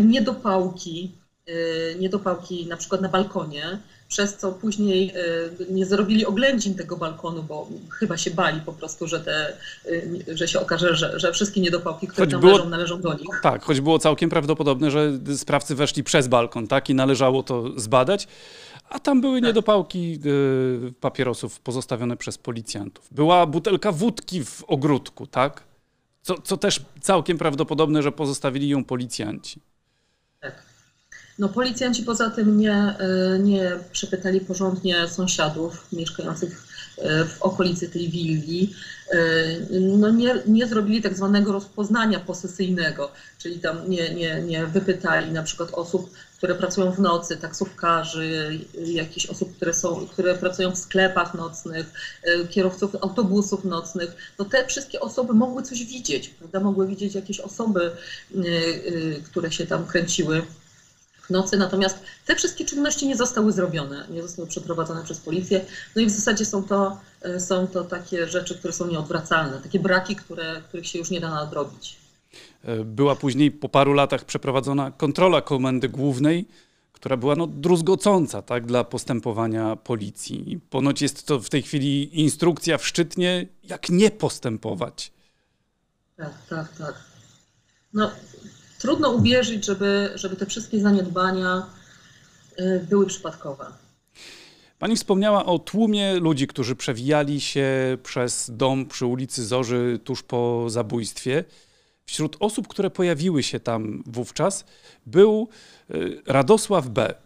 niedopałki na przykład na balkonie, przez co później nie zrobili oględzin tego balkonu, bo chyba się bali po prostu, że się okaże, że wszystkie niedopałki, które tam leżą, należą do nich. Tak, choć było całkiem prawdopodobne, że sprawcy weszli przez balkon, tak, i należało to zbadać, a tam były niedopałki papierosów pozostawione przez policjantów. Była butelka wódki w ogródku, tak, co też całkiem prawdopodobne, że pozostawili ją policjanci. Tak. No, policjanci poza tym nie przepytali porządnie sąsiadów mieszkających w okolicy tej willi. No, nie zrobili tak zwanego rozpoznania posesyjnego, czyli tam nie wypytali na przykład osób, które pracują w nocy, taksówkarzy, jakichś osób, które pracują w sklepach nocnych, kierowców autobusów nocnych. No, te wszystkie osoby mogły coś widzieć, prawda? Mogły widzieć jakieś osoby, które się tam kręciły w nocy, natomiast te wszystkie czynności nie zostały zrobione, nie zostały przeprowadzone przez policję. No i w zasadzie są to takie rzeczy, które są nieodwracalne, takie braki, których się już nie da nadrobić. Była później po paru latach przeprowadzona kontrola Komendy Głównej, która była druzgocąca, tak, dla postępowania policji. I ponoć jest to w tej chwili instrukcja w Szczytnie, jak nie postępować. Tak. No, trudno uwierzyć, żeby te wszystkie zaniedbania były przypadkowe. Pani wspomniała o tłumie ludzi, którzy przewijali się przez dom przy ulicy Zorzy tuż po zabójstwie. Wśród osób, które pojawiły się tam wówczas, był Radosław B.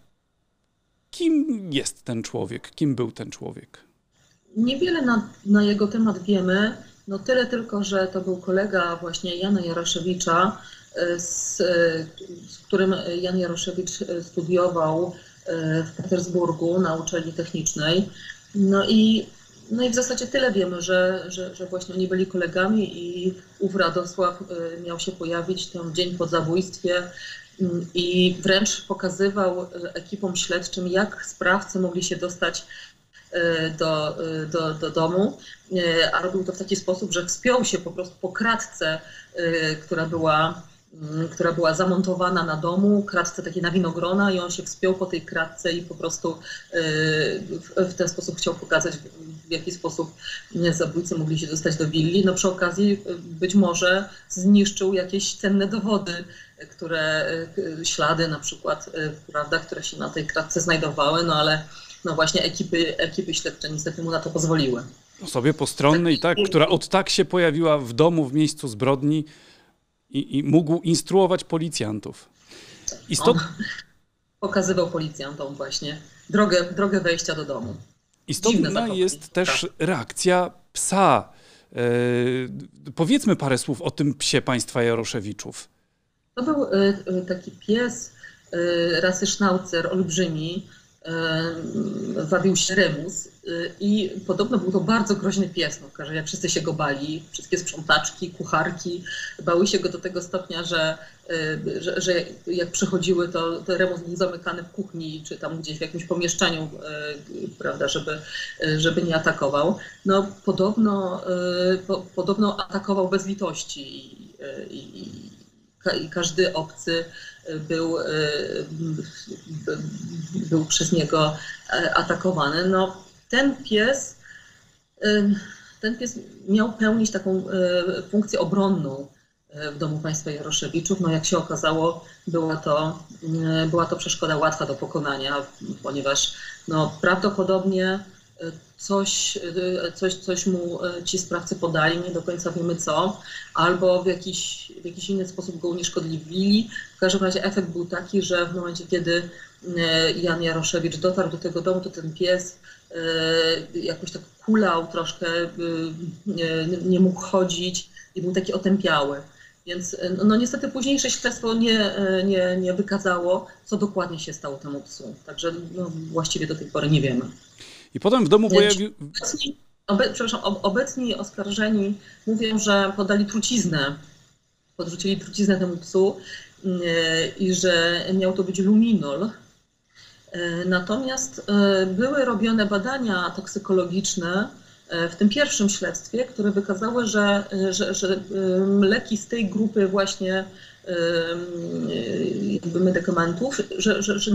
Kim jest ten człowiek? Kim był ten człowiek? Niewiele na jego temat wiemy. No tyle tylko, że to był kolega właśnie Jana Jaroszewicza, z którym Jan Jaroszewicz studiował w Petersburgu na uczelni technicznej. No i w zasadzie tyle wiemy, że właśnie oni byli kolegami i ów Radosław miał się pojawić ten dzień po zabójstwie i wręcz pokazywał ekipom śledczym, jak sprawcy mogli się dostać do domu, a robił to w taki sposób, że wspiął się po prostu po kratce, która była zamontowana na domu, kratce takiej na winogrona, i on się wspiął po tej kratce i po prostu w ten sposób chciał pokazać, w jaki sposób zabójcy mogli się dostać do willi. No, przy okazji być może zniszczył jakieś cenne dowody, ślady na przykład, prawda, które się na tej kratce znajdowały, no ale no właśnie ekipy śledcze niestety mu na to pozwoliły. Osobie postronnej, tak, która od tak się pojawiła w domu w miejscu zbrodni i mógł instruować policjantów. Pokazywał policjantom właśnie drogę wejścia do domu. Istotna jest też reakcja psa. Powiedzmy parę słów o tym psie państwa Jaroszewiczów. To był taki pies rasy sznaucer, olbrzymi, wabił się Remus i podobno był to bardzo groźny pies, że jak wszyscy się go bali, wszystkie sprzątaczki, kucharki bały się go do tego stopnia, że jak przychodziły, to Remus był zamykany w kuchni czy tam gdzieś w jakimś pomieszczeniu, prawda, żeby nie atakował. No podobno atakował bez litości i każdy obcy był przez niego atakowany. No, ten pies miał pełnić taką funkcję obronną w domu państwa Jaroszewiczów. No, jak się okazało, była to przeszkoda łatwa do pokonania, ponieważ no, prawdopodobnie coś mu ci sprawcy podali, nie do końca wiemy co, albo w jakiś inny sposób go unieszkodliwili. W każdym razie efekt był taki, że w momencie, kiedy Jan Jaroszewicz dotarł do tego domu, to ten pies jakoś tak kulał troszkę, nie mógł chodzić i był taki otępiały. Więc no niestety późniejsze śledztwo nie wykazało, co dokładnie się stało temu psu. Także no, właściwie do tej pory nie wiemy. I potem w domu pojawił... Obecni oskarżeni mówią, że podrzucili truciznę temu psu i że miał to być luminol. Natomiast były robione badania toksykologiczne w tym pierwszym śledztwie, które wykazały, że leki z tej grupy właśnie jakby medykamentów, że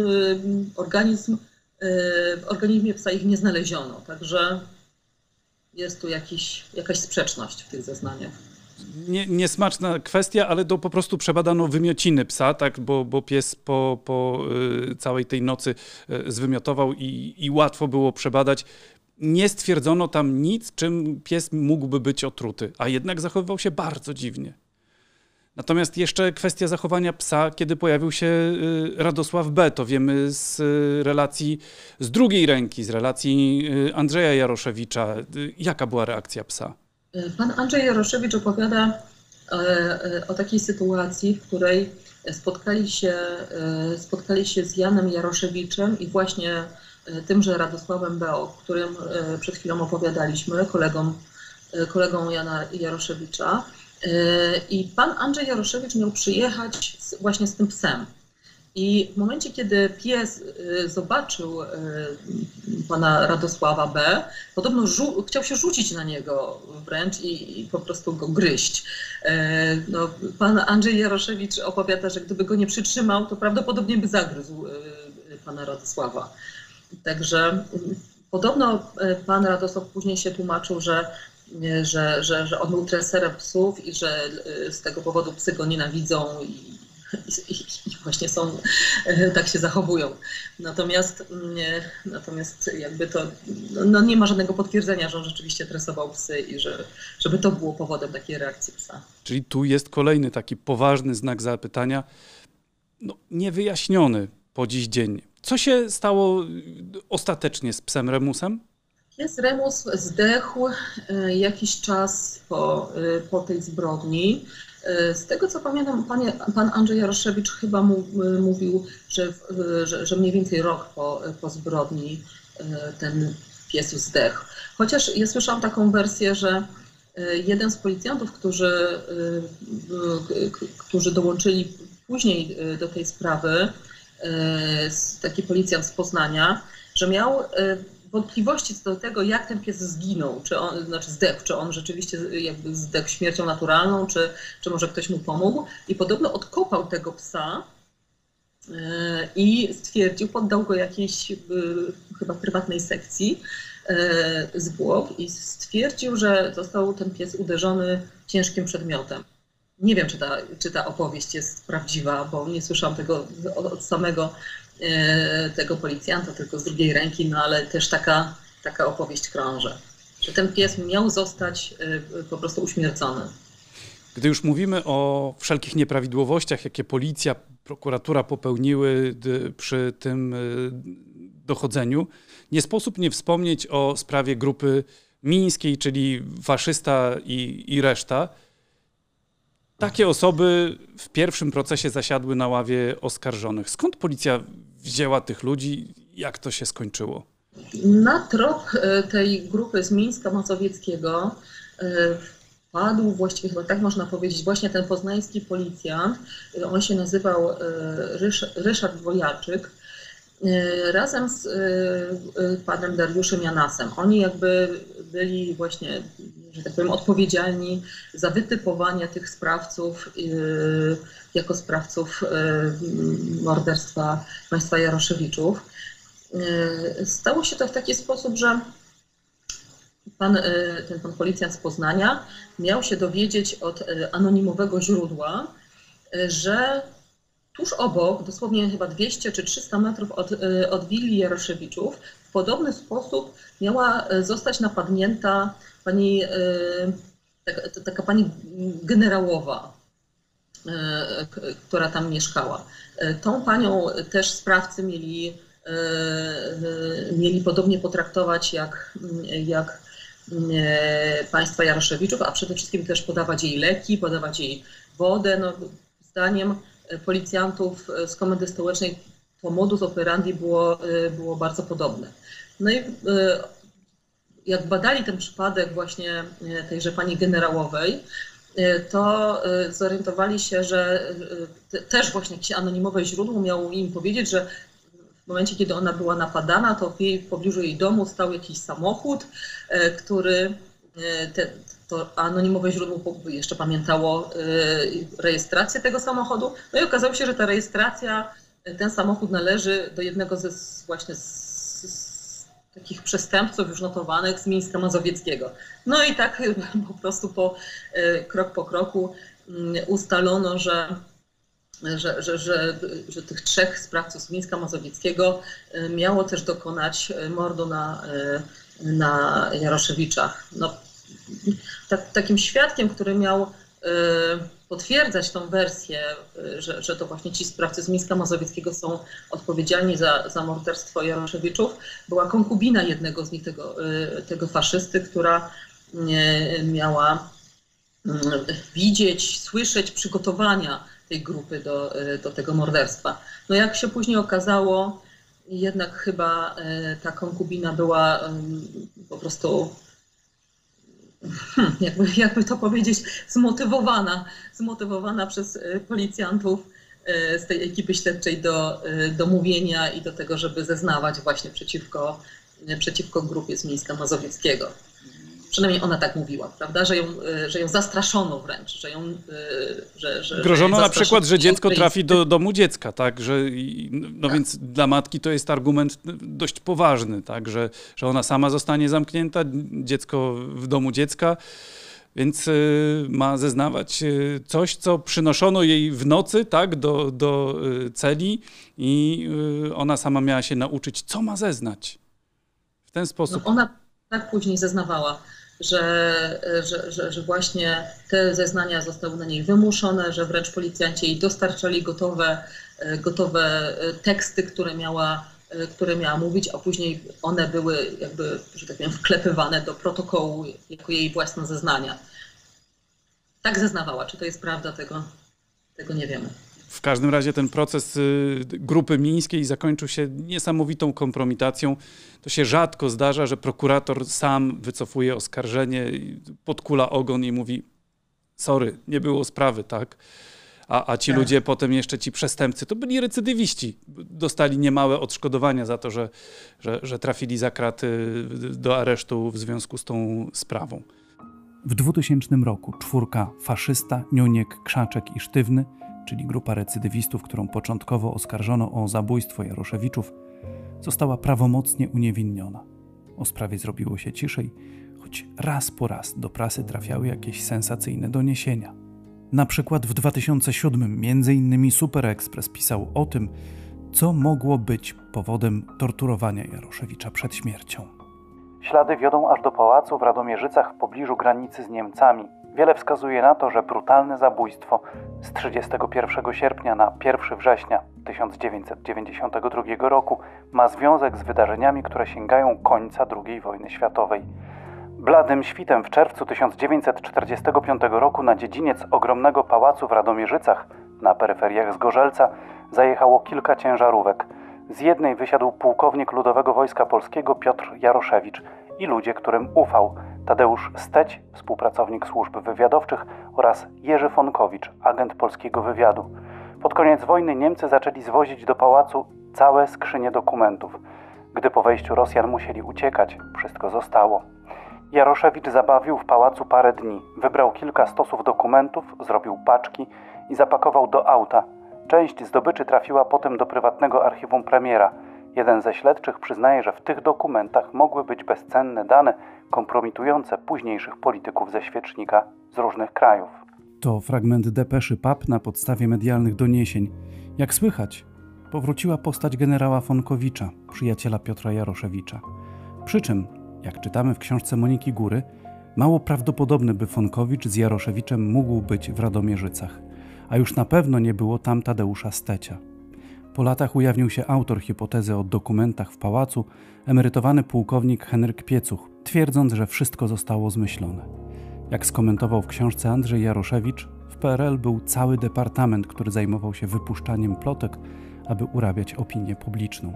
w organizmie psa ich nie znaleziono. Także jest tu jakaś sprzeczność w tych zeznaniach. Niesmaczna kwestia, ale to po prostu przebadano wymiociny psa, tak? Bo pies po całej tej nocy zwymiotował i łatwo było przebadać. Nie stwierdzono tam nic, czym pies mógłby być otruty, a jednak zachowywał się bardzo dziwnie. Natomiast jeszcze kwestia zachowania psa, kiedy pojawił się Radosław B., to wiemy z relacji z drugiej ręki, z relacji Andrzeja Jaroszewicza. Jaka była reakcja psa? Pan Andrzej Jaroszewicz opowiada o takiej sytuacji, w której spotkali się z Janem Jaroszewiczem i właśnie tymże Radosławem B., o którym przed chwilą opowiadaliśmy, kolegą Jana Jaroszewicza. I pan Andrzej Jaroszewicz miał przyjechać właśnie z tym psem. I w momencie, kiedy pies zobaczył pana Radosława B., podobno chciał się rzucić na niego wręcz i po prostu go gryźć. No, pan Andrzej Jaroszewicz opowiada, że gdyby go nie przytrzymał, to prawdopodobnie by zagryzł pana Radosława. Także podobno pan Radosław później się tłumaczył, że on był treserem psów i że z tego powodu psy go nienawidzą i właśnie tak się zachowują. Natomiast jakby to no nie ma żadnego potwierdzenia, że on rzeczywiście tresował psy i żeby to było powodem takiej reakcji psa. Czyli tu jest kolejny taki poważny znak zapytania, no, niewyjaśniony po dziś dzień. Co się stało ostatecznie z psem Remusem? Pies Remus zdechł jakiś czas po tej zbrodni. Z tego co pamiętam, pan Andrzej Jaroszewicz chyba mówił, że mniej więcej rok po zbrodni ten pies zdechł. Chociaż ja słyszałam taką wersję, że jeden z policjantów, którzy dołączyli później do tej sprawy, taki policjant z Poznania, że miał wątpliwości co do tego, jak ten pies zginął, zdechł, czy on rzeczywiście jakby zdechł śmiercią naturalną, czy może ktoś mu pomógł. I podobno odkopał tego psa i stwierdził, poddał go jakiejś chyba prywatnej sekcji zwłok i stwierdził, że został ten pies uderzony ciężkim przedmiotem. Nie wiem, czy ta opowieść jest prawdziwa, bo nie słyszałam tego od samego tego policjanta, tylko z drugiej ręki, no ale też taka opowieść krąży, że ten pies miał zostać po prostu uśmiercony. Gdy już mówimy o wszelkich nieprawidłowościach, jakie policja, prokuratura popełniły przy tym dochodzeniu, nie sposób nie wspomnieć o sprawie grupy mińskiej, czyli faszysta i reszta. Takie osoby w pierwszym procesie zasiadły na ławie oskarżonych. Skąd policja wzięła tych ludzi? Jak to się skończyło? Na trop tej grupy z Mińska Mazowieckiego wpadł, właściwie chyba tak można powiedzieć, właśnie ten poznański policjant. On się nazywał Ryszard Wojaczyk. Razem z panem Dariuszem Janasem. Oni jakby byli właśnie, że tak powiem, odpowiedzialni za wytypowanie tych sprawców jako sprawców morderstwa państwa Jaroszewiczów. Stało się to w taki sposób, że ten pan policjant z Poznania miał się dowiedzieć od anonimowego źródła, że tuż obok, dosłownie chyba 200 czy 300 metrów od willi Jaroszewiczów, w podobny sposób miała zostać napadnięta taka pani generałowa, która tam mieszkała. Tą panią też sprawcy mieli mieli podobnie potraktować jak państwa Jaroszewiczów, a przede wszystkim też podawać jej leki, podawać jej wodę. No, zdaniem policjantów z Komendy Stołecznej to modus operandi było bardzo podobne. No i jak badali ten przypadek właśnie tejże pani generałowej, to zorientowali się, że też właśnie jakieś anonimowe źródło miało im powiedzieć, że w momencie, kiedy ona była napadana, to w pobliżu jej domu stał jakiś samochód, który to anonimowe źródło jeszcze pamiętało rejestrację tego samochodu. No i okazało się, że ta rejestracja, ten samochód należy do jednego z takich przestępców już notowanych z Mińska Mazowieckiego. No i tak po prostu krok po kroku ustalono, że tych 3 sprawców z Mińska Mazowieckiego miało też dokonać mordu na Jaroszewiczach. No, takim świadkiem, który miał potwierdzać tą wersję, że to właśnie ci sprawcy z Mińska Mazowieckiego są odpowiedzialni za morderstwo Jaroszewiczów, była konkubina jednego z nich, tego faszysty, która miała widzieć, słyszeć przygotowania tej grupy do tego morderstwa. No jak się później okazało, jednak chyba ta konkubina była po prostu, jakby to powiedzieć, zmotywowana przez policjantów z tej ekipy śledczej do mówienia i do tego, żeby zeznawać właśnie przeciwko grupie z Mińska Mazowieckiego. Przynajmniej ona tak mówiła, prawda, że ją zastraszono wręcz, że grożono na przykład, że dziecko trafi do domu dziecka, tak, tak. Więc dla matki to jest argument dość poważny, tak, że ona sama zostanie zamknięta, dziecko w domu dziecka, więc ma zeznawać coś, co przynoszono jej w nocy, tak, do celi i ona sama miała się nauczyć, co ma zeznać. W ten sposób. No ona tak później zeznawała, że właśnie te zeznania zostały na niej wymuszone, że wręcz policjanci jej dostarczali gotowe teksty, które miała mówić, a później one były jakby, że tak powiem, wklepywane do protokołu jako jej własne zeznania. Tak zeznawała. Czy to jest prawda, tego nie wiemy. W każdym razie ten proces grupy mińskiej zakończył się niesamowitą kompromitacją. To się rzadko zdarza, że prokurator sam wycofuje oskarżenie, podkula ogon i mówi: sorry, nie było sprawy, tak? A ci ludzie potem jeszcze, ci przestępcy, to byli recydywiści. Dostali niemałe odszkodowania za to, że trafili za kraty do aresztu w związku z tą sprawą. W 2000 roku 4 faszysta, Niuniek, Krzaczek i Sztywny, czyli grupa recydywistów, którą początkowo oskarżono o zabójstwo Jaroszewiczów, została prawomocnie uniewinniona. O sprawie zrobiło się ciszej, choć raz po raz do prasy trafiały jakieś sensacyjne doniesienia. Na przykład w 2007 m.in. Super Express pisał o tym, co mogło być powodem torturowania Jaroszewicza przed śmiercią. Ślady wiodą aż do pałacu w Radomierzycach w pobliżu granicy z Niemcami. Wiele wskazuje na to, że brutalne zabójstwo z 31 sierpnia na 1 września 1992 roku ma związek z wydarzeniami, które sięgają końca II wojny światowej. Bladym świtem w czerwcu 1945 roku na dziedziniec ogromnego pałacu w Radomierzycach, na peryferiach Zgorzelca, zajechało kilka ciężarówek. Z jednej wysiadł pułkownik Ludowego Wojska Polskiego Piotr Jaroszewicz i ludzie, którym ufał: Tadeusz Steć, współpracownik służb wywiadowczych, oraz Jerzy Fonkowicz, agent polskiego wywiadu. Pod koniec wojny Niemcy zaczęli zwozić do pałacu całe skrzynie dokumentów. Gdy po wejściu Rosjan musieli uciekać, wszystko zostało. Jaroszewicz zabawił w pałacu parę dni. Wybrał kilka stosów dokumentów, zrobił paczki i zapakował do auta. Część zdobyczy trafiła potem do prywatnego archiwum premiera. Jeden ze śledczych przyznaje, że w tych dokumentach mogły być bezcenne dane kompromitujące późniejszych polityków ze świecznika z różnych krajów. To fragment depeszy PAP na podstawie medialnych doniesień. Jak słychać, powróciła postać generała Fonkowicza, przyjaciela Piotra Jaroszewicza. Przy czym, jak czytamy w książce Moniki Góry, mało prawdopodobne, by Fonkowicz z Jaroszewiczem mógł być w Radomierzycach, a już na pewno nie było tam Tadeusza Stecia. Po latach ujawnił się autor hipotezy o dokumentach w pałacu, emerytowany pułkownik Henryk Piecuch, twierdząc, że wszystko zostało zmyślone. Jak skomentował w książce Andrzej Jaroszewicz, w PRL był cały departament, który zajmował się wypuszczaniem plotek, aby urabiać opinię publiczną.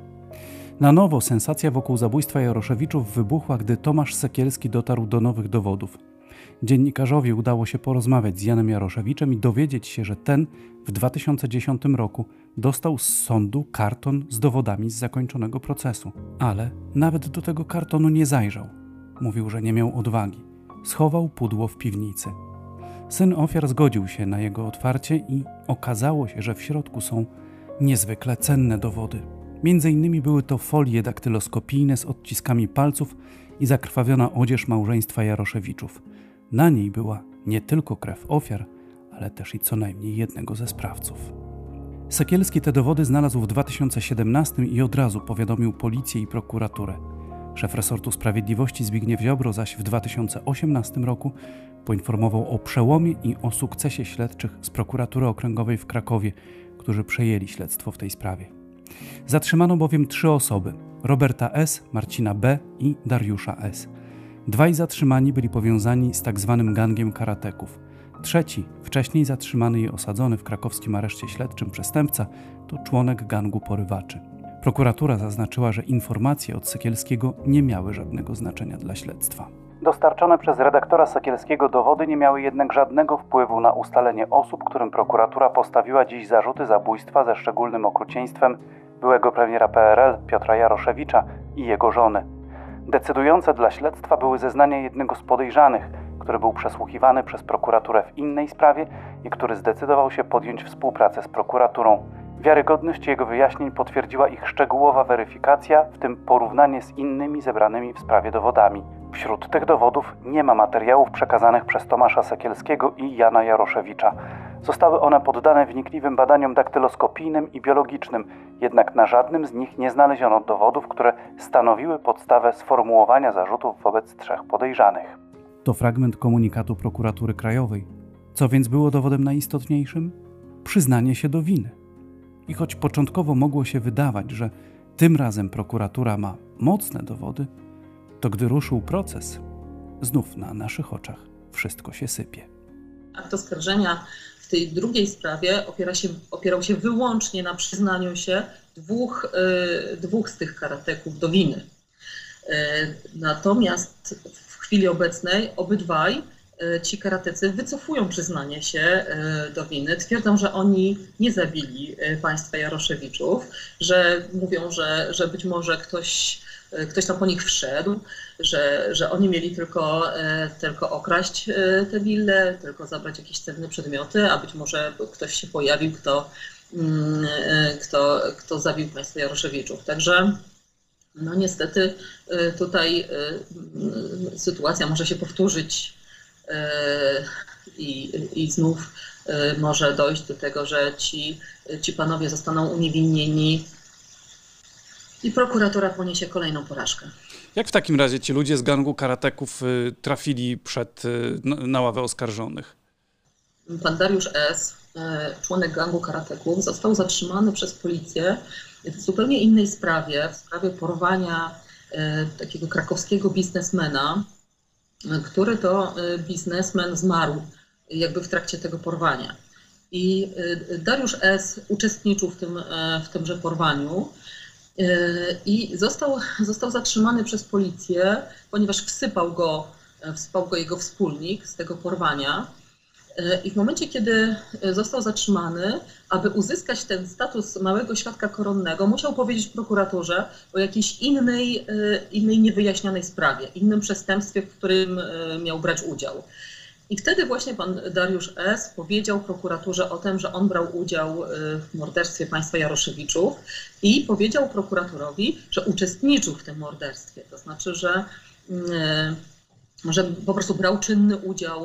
Na nowo sensacja wokół zabójstwa Jaroszewiczów wybuchła, gdy Tomasz Sekielski dotarł do nowych dowodów. Dziennikarzowi udało się porozmawiać z Janem Jaroszewiczem i dowiedzieć się, że ten w 2010 roku dostał z sądu karton z dowodami z zakończonego procesu. Ale nawet do tego kartonu nie zajrzał. Mówił, że nie miał odwagi. Schował pudło w piwnicy. Syn ofiar zgodził się na jego otwarcie i okazało się, że w środku są niezwykle cenne dowody. Między innymi były to folie daktyloskopijne z odciskami palców i zakrwawiona odzież małżeństwa Jaroszewiczów. Na niej była nie tylko krew ofiar, ale też i co najmniej jednego ze sprawców. Sekielski te dowody znalazł w 2017 i od razu powiadomił policję i prokuraturę. Szef resortu sprawiedliwości Zbigniew Ziobro zaś w 2018 roku poinformował o przełomie i o sukcesie śledczych z prokuratury okręgowej w Krakowie, którzy przejęli śledztwo w tej sprawie. Zatrzymano bowiem 3 osoby: Roberta S., Marcina B. i Dariusza S. Dwaj zatrzymani byli powiązani z tzw. gangiem karateków. Trzeci, wcześniej zatrzymany i osadzony w krakowskim areszcie śledczym przestępca, to członek gangu porywaczy. Prokuratura zaznaczyła, że informacje od Sekielskiego nie miały żadnego znaczenia dla śledztwa. Dostarczone przez redaktora Sekielskiego dowody nie miały jednak żadnego wpływu na ustalenie osób, którym prokuratura postawiła dziś zarzuty zabójstwa ze szczególnym okrucieństwem byłego premiera PRL Piotra Jaroszewicza i jego żony. Decydujące dla śledztwa były zeznania jednego z podejrzanych, który był przesłuchiwany przez prokuraturę w innej sprawie i który zdecydował się podjąć współpracę z prokuraturą. Wiarygodność jego wyjaśnień potwierdziła ich szczegółowa weryfikacja, w tym porównanie z innymi zebranymi w sprawie dowodami. Wśród tych dowodów nie ma materiałów przekazanych przez Tomasza Sekielskiego i Jana Jaroszewicza. Zostały one poddane wnikliwym badaniom daktyloskopijnym i biologicznym, jednak na żadnym z nich nie znaleziono dowodów, które stanowiły podstawę sformułowania zarzutów wobec 3 podejrzanych. To fragment komunikatu Prokuratury Krajowej. Co więc było dowodem najistotniejszym? Przyznanie się do winy. I choć początkowo mogło się wydawać, że tym razem prokuratura ma mocne dowody, to gdy ruszył proces, znów na naszych oczach wszystko się sypie. Akt oskarżenia w tej drugiej sprawie opierał się wyłącznie na przyznaniu się dwóch z tych karateków do winy. Natomiast w chwili obecnej obydwaj ci karatecy wycofują przyznanie się do winy, twierdzą, że oni nie zabili państwa Jaroszewiczów, że mówią, że być może ktoś tam po nich wszedł, że oni mieli tylko okraść tę willę, tylko zabrać jakieś cenne przedmioty, a być może ktoś się pojawił, kto zabił państwo Jaroszewiczów. Także no niestety tutaj sytuacja może się powtórzyć i znów może dojść do tego, że ci panowie zostaną uniewinnieni i prokuratura poniesie kolejną porażkę. Jak w takim razie ci ludzie z gangu karateków trafili na ławę oskarżonych? Pan Dariusz S., członek gangu karateków, został zatrzymany przez policję w zupełnie innej sprawie, w sprawie porwania takiego krakowskiego biznesmena, który to biznesmen zmarł jakby w trakcie tego porwania. I Dariusz S. uczestniczył w tymże porwaniu i został zatrzymany przez policję, ponieważ wsypał go jego wspólnik z tego porwania. I w momencie, kiedy został zatrzymany, aby uzyskać ten status małego świadka koronnego, musiał powiedzieć prokuraturze o jakiejś innej niewyjaśnionej sprawie, innym przestępstwie, w którym miał brać udział. I wtedy właśnie pan Dariusz S. powiedział prokuraturze o tym, że on brał udział w morderstwie państwa Jaroszewiczów i powiedział prokuratorowi, że uczestniczył w tym morderstwie. To znaczy, że po prostu brał czynny udział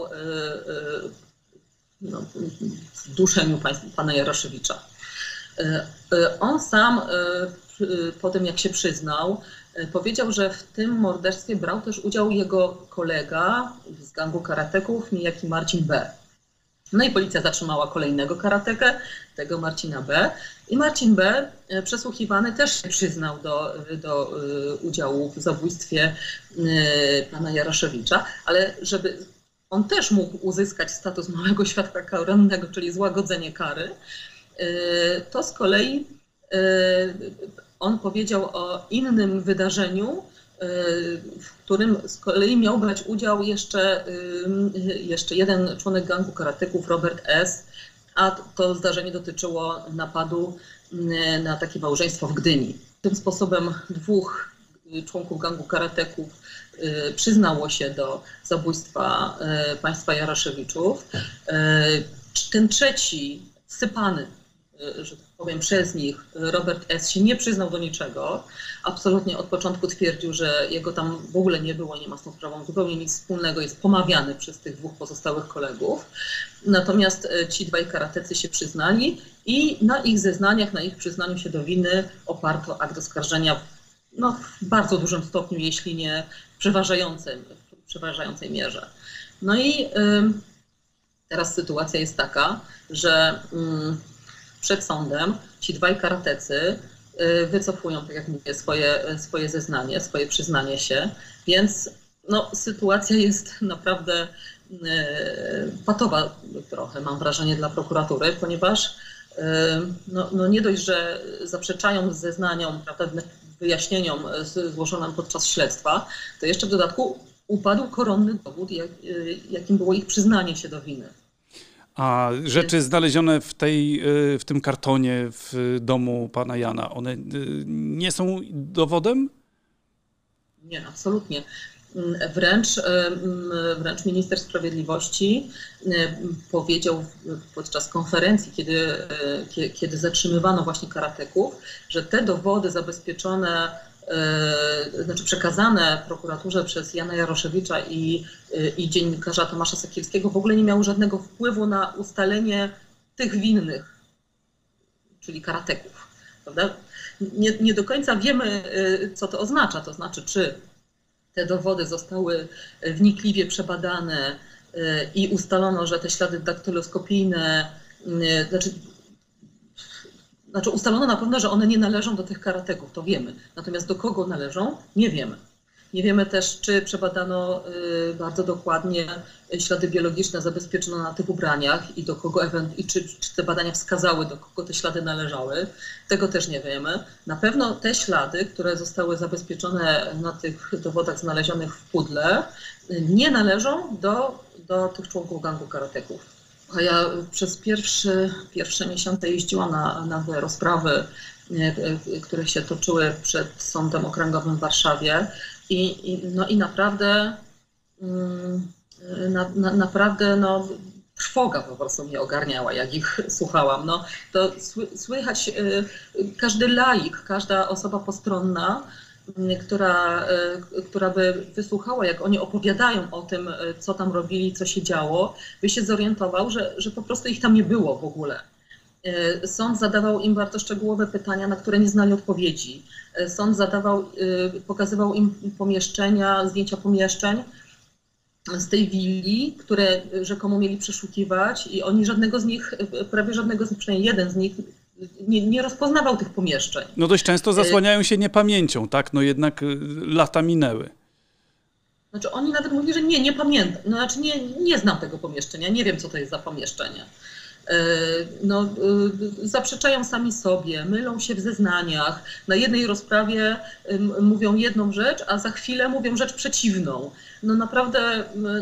w duszeniu pana Jaroszewicza. On sam po tym, jak się przyznał, powiedział, że w tym morderstwie brał też udział jego kolega z gangu karateków, niejaki Marcin B. No i policja zatrzymała kolejnego karatekę, tego Marcina B. I Marcin B. przesłuchiwany też się przyznał do udziału w zabójstwie pana Jaroszewicza, ale żeby on też mógł uzyskać status małego świadka koronnego, czyli złagodzenie kary, to z kolei on powiedział o innym wydarzeniu, w którym z kolei miał brać udział jeszcze jeden członek gangu karateków, Robert S., a to zdarzenie dotyczyło napadu na takie małżeństwo w Gdyni. Tym sposobem 2 członków gangu karateków przyznało się do zabójstwa państwa Jaroszewiczów. Ten trzeci, sypany, że tak powiem, przez nich, Robert S., się nie przyznał do niczego. Absolutnie od początku twierdził, że jego tam w ogóle nie było, nie ma z tą sprawą zupełnie nic wspólnego, jest pomawiany przez tych 2 pozostałych kolegów. Natomiast ci 2 karatecy się przyznali i na ich zeznaniach, na ich przyznaniu się do winy oparto akt oskarżenia w bardzo dużym stopniu, jeśli nie w przeważającej mierze. No i teraz sytuacja jest taka, że przed sądem ci 2 karatecy wycofują, tak jak mówię, swoje zeznanie, swoje przyznanie się, więc sytuacja jest naprawdę patowa trochę, mam wrażenie, dla prokuratury, ponieważ nie dość, że zaprzeczają zeznaniom, prawda, wyjaśnieniom złożonym podczas śledztwa, to jeszcze w dodatku upadł koronny dowód, jakim było ich przyznanie się do winy. A rzeczy znalezione w tym kartonie w domu pana Jana, one nie są dowodem? Nie, absolutnie. Wręcz minister sprawiedliwości powiedział podczas konferencji, kiedy zatrzymywano właśnie karateków, że te dowody zabezpieczone, przekazane prokuraturze przez Jana Jaroszewicza i dziennikarza Tomasza Sekielskiego w ogóle nie miały żadnego wpływu na ustalenie tych winnych, czyli karateków. Prawda? Nie do końca wiemy, co to oznacza. To znaczy, czy te dowody zostały wnikliwie przebadane i ustalono, że te ślady daktyloskopijne, ustalono na pewno, że one nie należą do tych karateków, to wiemy. Natomiast do kogo należą, nie wiemy. Nie wiemy też, czy przebadano bardzo dokładnie ślady biologiczne zabezpieczone na tych ubraniach i do kogo czy te badania wskazały, do kogo te ślady należały. Tego też nie wiemy. Na pewno te ślady, które zostały zabezpieczone na tych dowodach znalezionych w pudle, nie należą do tych członków gangu karateków. A ja przez pierwsze miesiące jeździłam na te rozprawy, które się toczyły przed Sądem Okręgowym w Warszawie i naprawdę trwoga po prostu mnie ogarniała, jak ich słuchałam. To słychać, każdy laik, każda osoba postronna, która by wysłuchała, jak oni opowiadają o tym, co tam robili, co się działo, by się zorientował, że po prostu ich tam nie było w ogóle. Sąd zadawał im bardzo szczegółowe pytania, na które nie znali odpowiedzi. Sąd pokazywał im pomieszczenia, zdjęcia pomieszczeń z tej willi, które rzekomo mieli przeszukiwać i oni prawie żadnego z nich, przynajmniej jeden z nich, nie rozpoznawał tych pomieszczeń. No dość często zasłaniają się niepamięcią, tak? No jednak lata minęły. Znaczy oni nawet mówili, że nie pamiętam. Nie znam tego pomieszczenia, nie wiem, co to jest za pomieszczenie. Zaprzeczają sami sobie, mylą się w zeznaniach. Na jednej rozprawie mówią jedną rzecz, a za chwilę mówią rzecz przeciwną. Naprawdę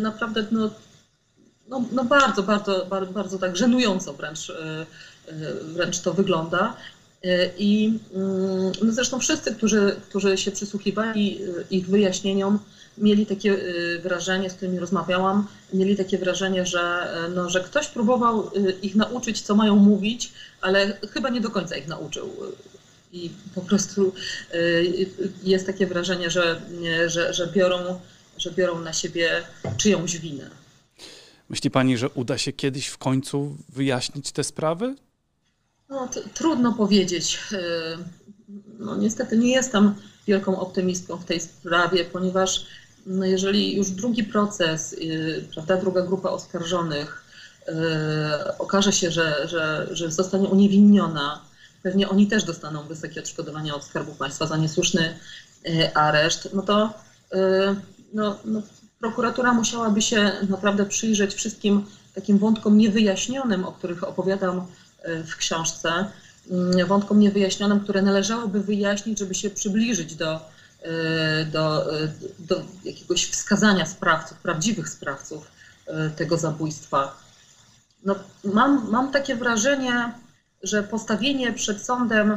bardzo, bardzo, bardzo, bardzo tak żenująco wręcz to wygląda. I zresztą wszyscy, którzy się przysłuchiwali ich wyjaśnieniom, mieli takie wrażenie, z którymi rozmawiałam, mieli takie wrażenie, że ktoś próbował ich nauczyć, co mają mówić, ale chyba nie do końca ich nauczył. I po prostu jest takie wrażenie, że biorą na siebie czyjąś winę. Myśli pani, że uda się kiedyś w końcu wyjaśnić te sprawy? Trudno powiedzieć. Niestety nie jestem wielką optymistką w tej sprawie, ponieważ jeżeli już drugi proces, prawda, druga grupa oskarżonych okaże się, że zostanie uniewinniona, pewnie oni też dostaną wysokie odszkodowania od Skarbu Państwa za niesłuszny areszt, no to prokuratura musiałaby się naprawdę przyjrzeć wszystkim takim wątkom niewyjaśnionym, o których opowiadam w książce, wątkom niewyjaśnionym, które należałoby wyjaśnić, żeby się przybliżyć do jakiegoś wskazania sprawców, prawdziwych sprawców tego zabójstwa. No, mam takie wrażenie, że postawienie przed sądem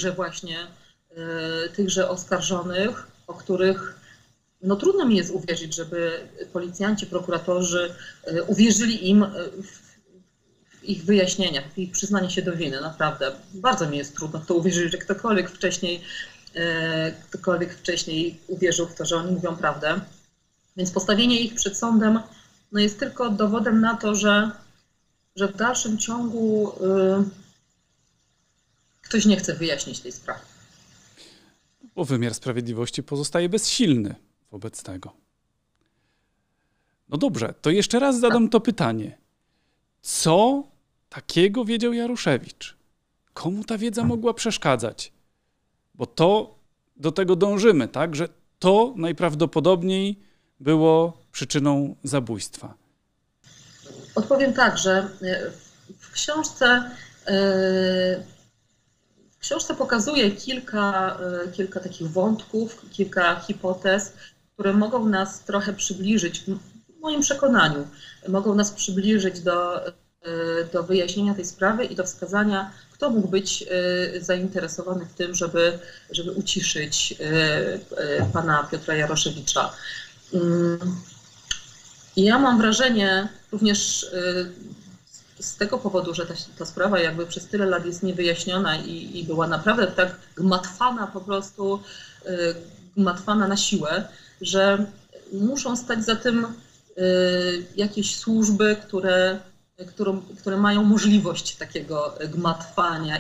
tychże oskarżonych, o których trudno mi jest uwierzyć, żeby policjanci, prokuratorzy uwierzyli im w ich wyjaśnieniach, w ich przyznanie się do winy. Naprawdę, bardzo mi jest trudno w to uwierzyć, że ktokolwiek wcześniej uwierzył w to, że oni mówią prawdę. Więc postawienie ich przed sądem jest tylko dowodem na to, że w dalszym ciągu ktoś nie chce wyjaśnić tej sprawy. Bo wymiar sprawiedliwości pozostaje bezsilny wobec tego. No dobrze, to jeszcze raz zadam to pytanie. Co takiego wiedział Jaroszewicz? Komu ta wiedza mogła przeszkadzać? Bo do tego dążymy, tak? Że to najprawdopodobniej było przyczyną zabójstwa. Odpowiem tak, że w książce pokazuje kilka takich wątków, kilka hipotez, które mogą nas trochę przybliżyć, w moim przekonaniu, mogą nas przybliżyć do wyjaśnienia tej sprawy i do wskazania, kto mógł być zainteresowany w tym, żeby uciszyć pana Piotra Jaroszewicza. I ja mam wrażenie również z tego powodu, że ta sprawa jakby przez tyle lat jest niewyjaśniona i była naprawdę tak gmatwana po prostu, gmatwana na siłę, że muszą stać za tym jakieś służby, które mają możliwość takiego gmatwania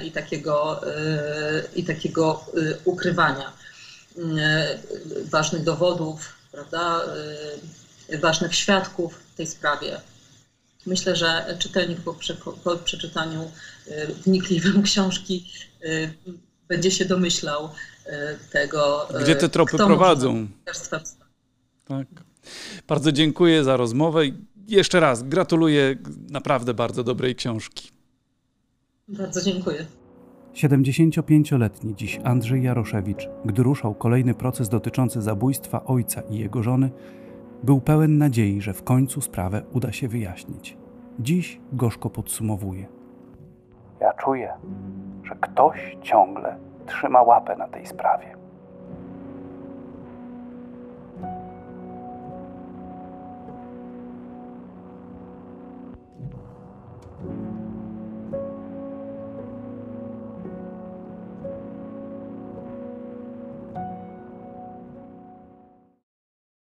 i takiego ukrywania ważnych dowodów, prawda, ważnych świadków w tej sprawie. Myślę, że czytelnik po przeczytaniu wnikliwym książki będzie się domyślał tego, gdzie te tropy prowadzą. Tak. Bardzo dziękuję za rozmowę i jeszcze raz gratuluję naprawdę bardzo dobrej książki. Bardzo dziękuję. 75-letni dziś Andrzej Jaroszewicz, gdy ruszał kolejny proces dotyczący zabójstwa ojca i jego żony, był pełen nadziei, że w końcu sprawę uda się wyjaśnić. Dziś gorzko podsumowuje. Ja czuję, że ktoś ciągle trzyma łapę na tej sprawie.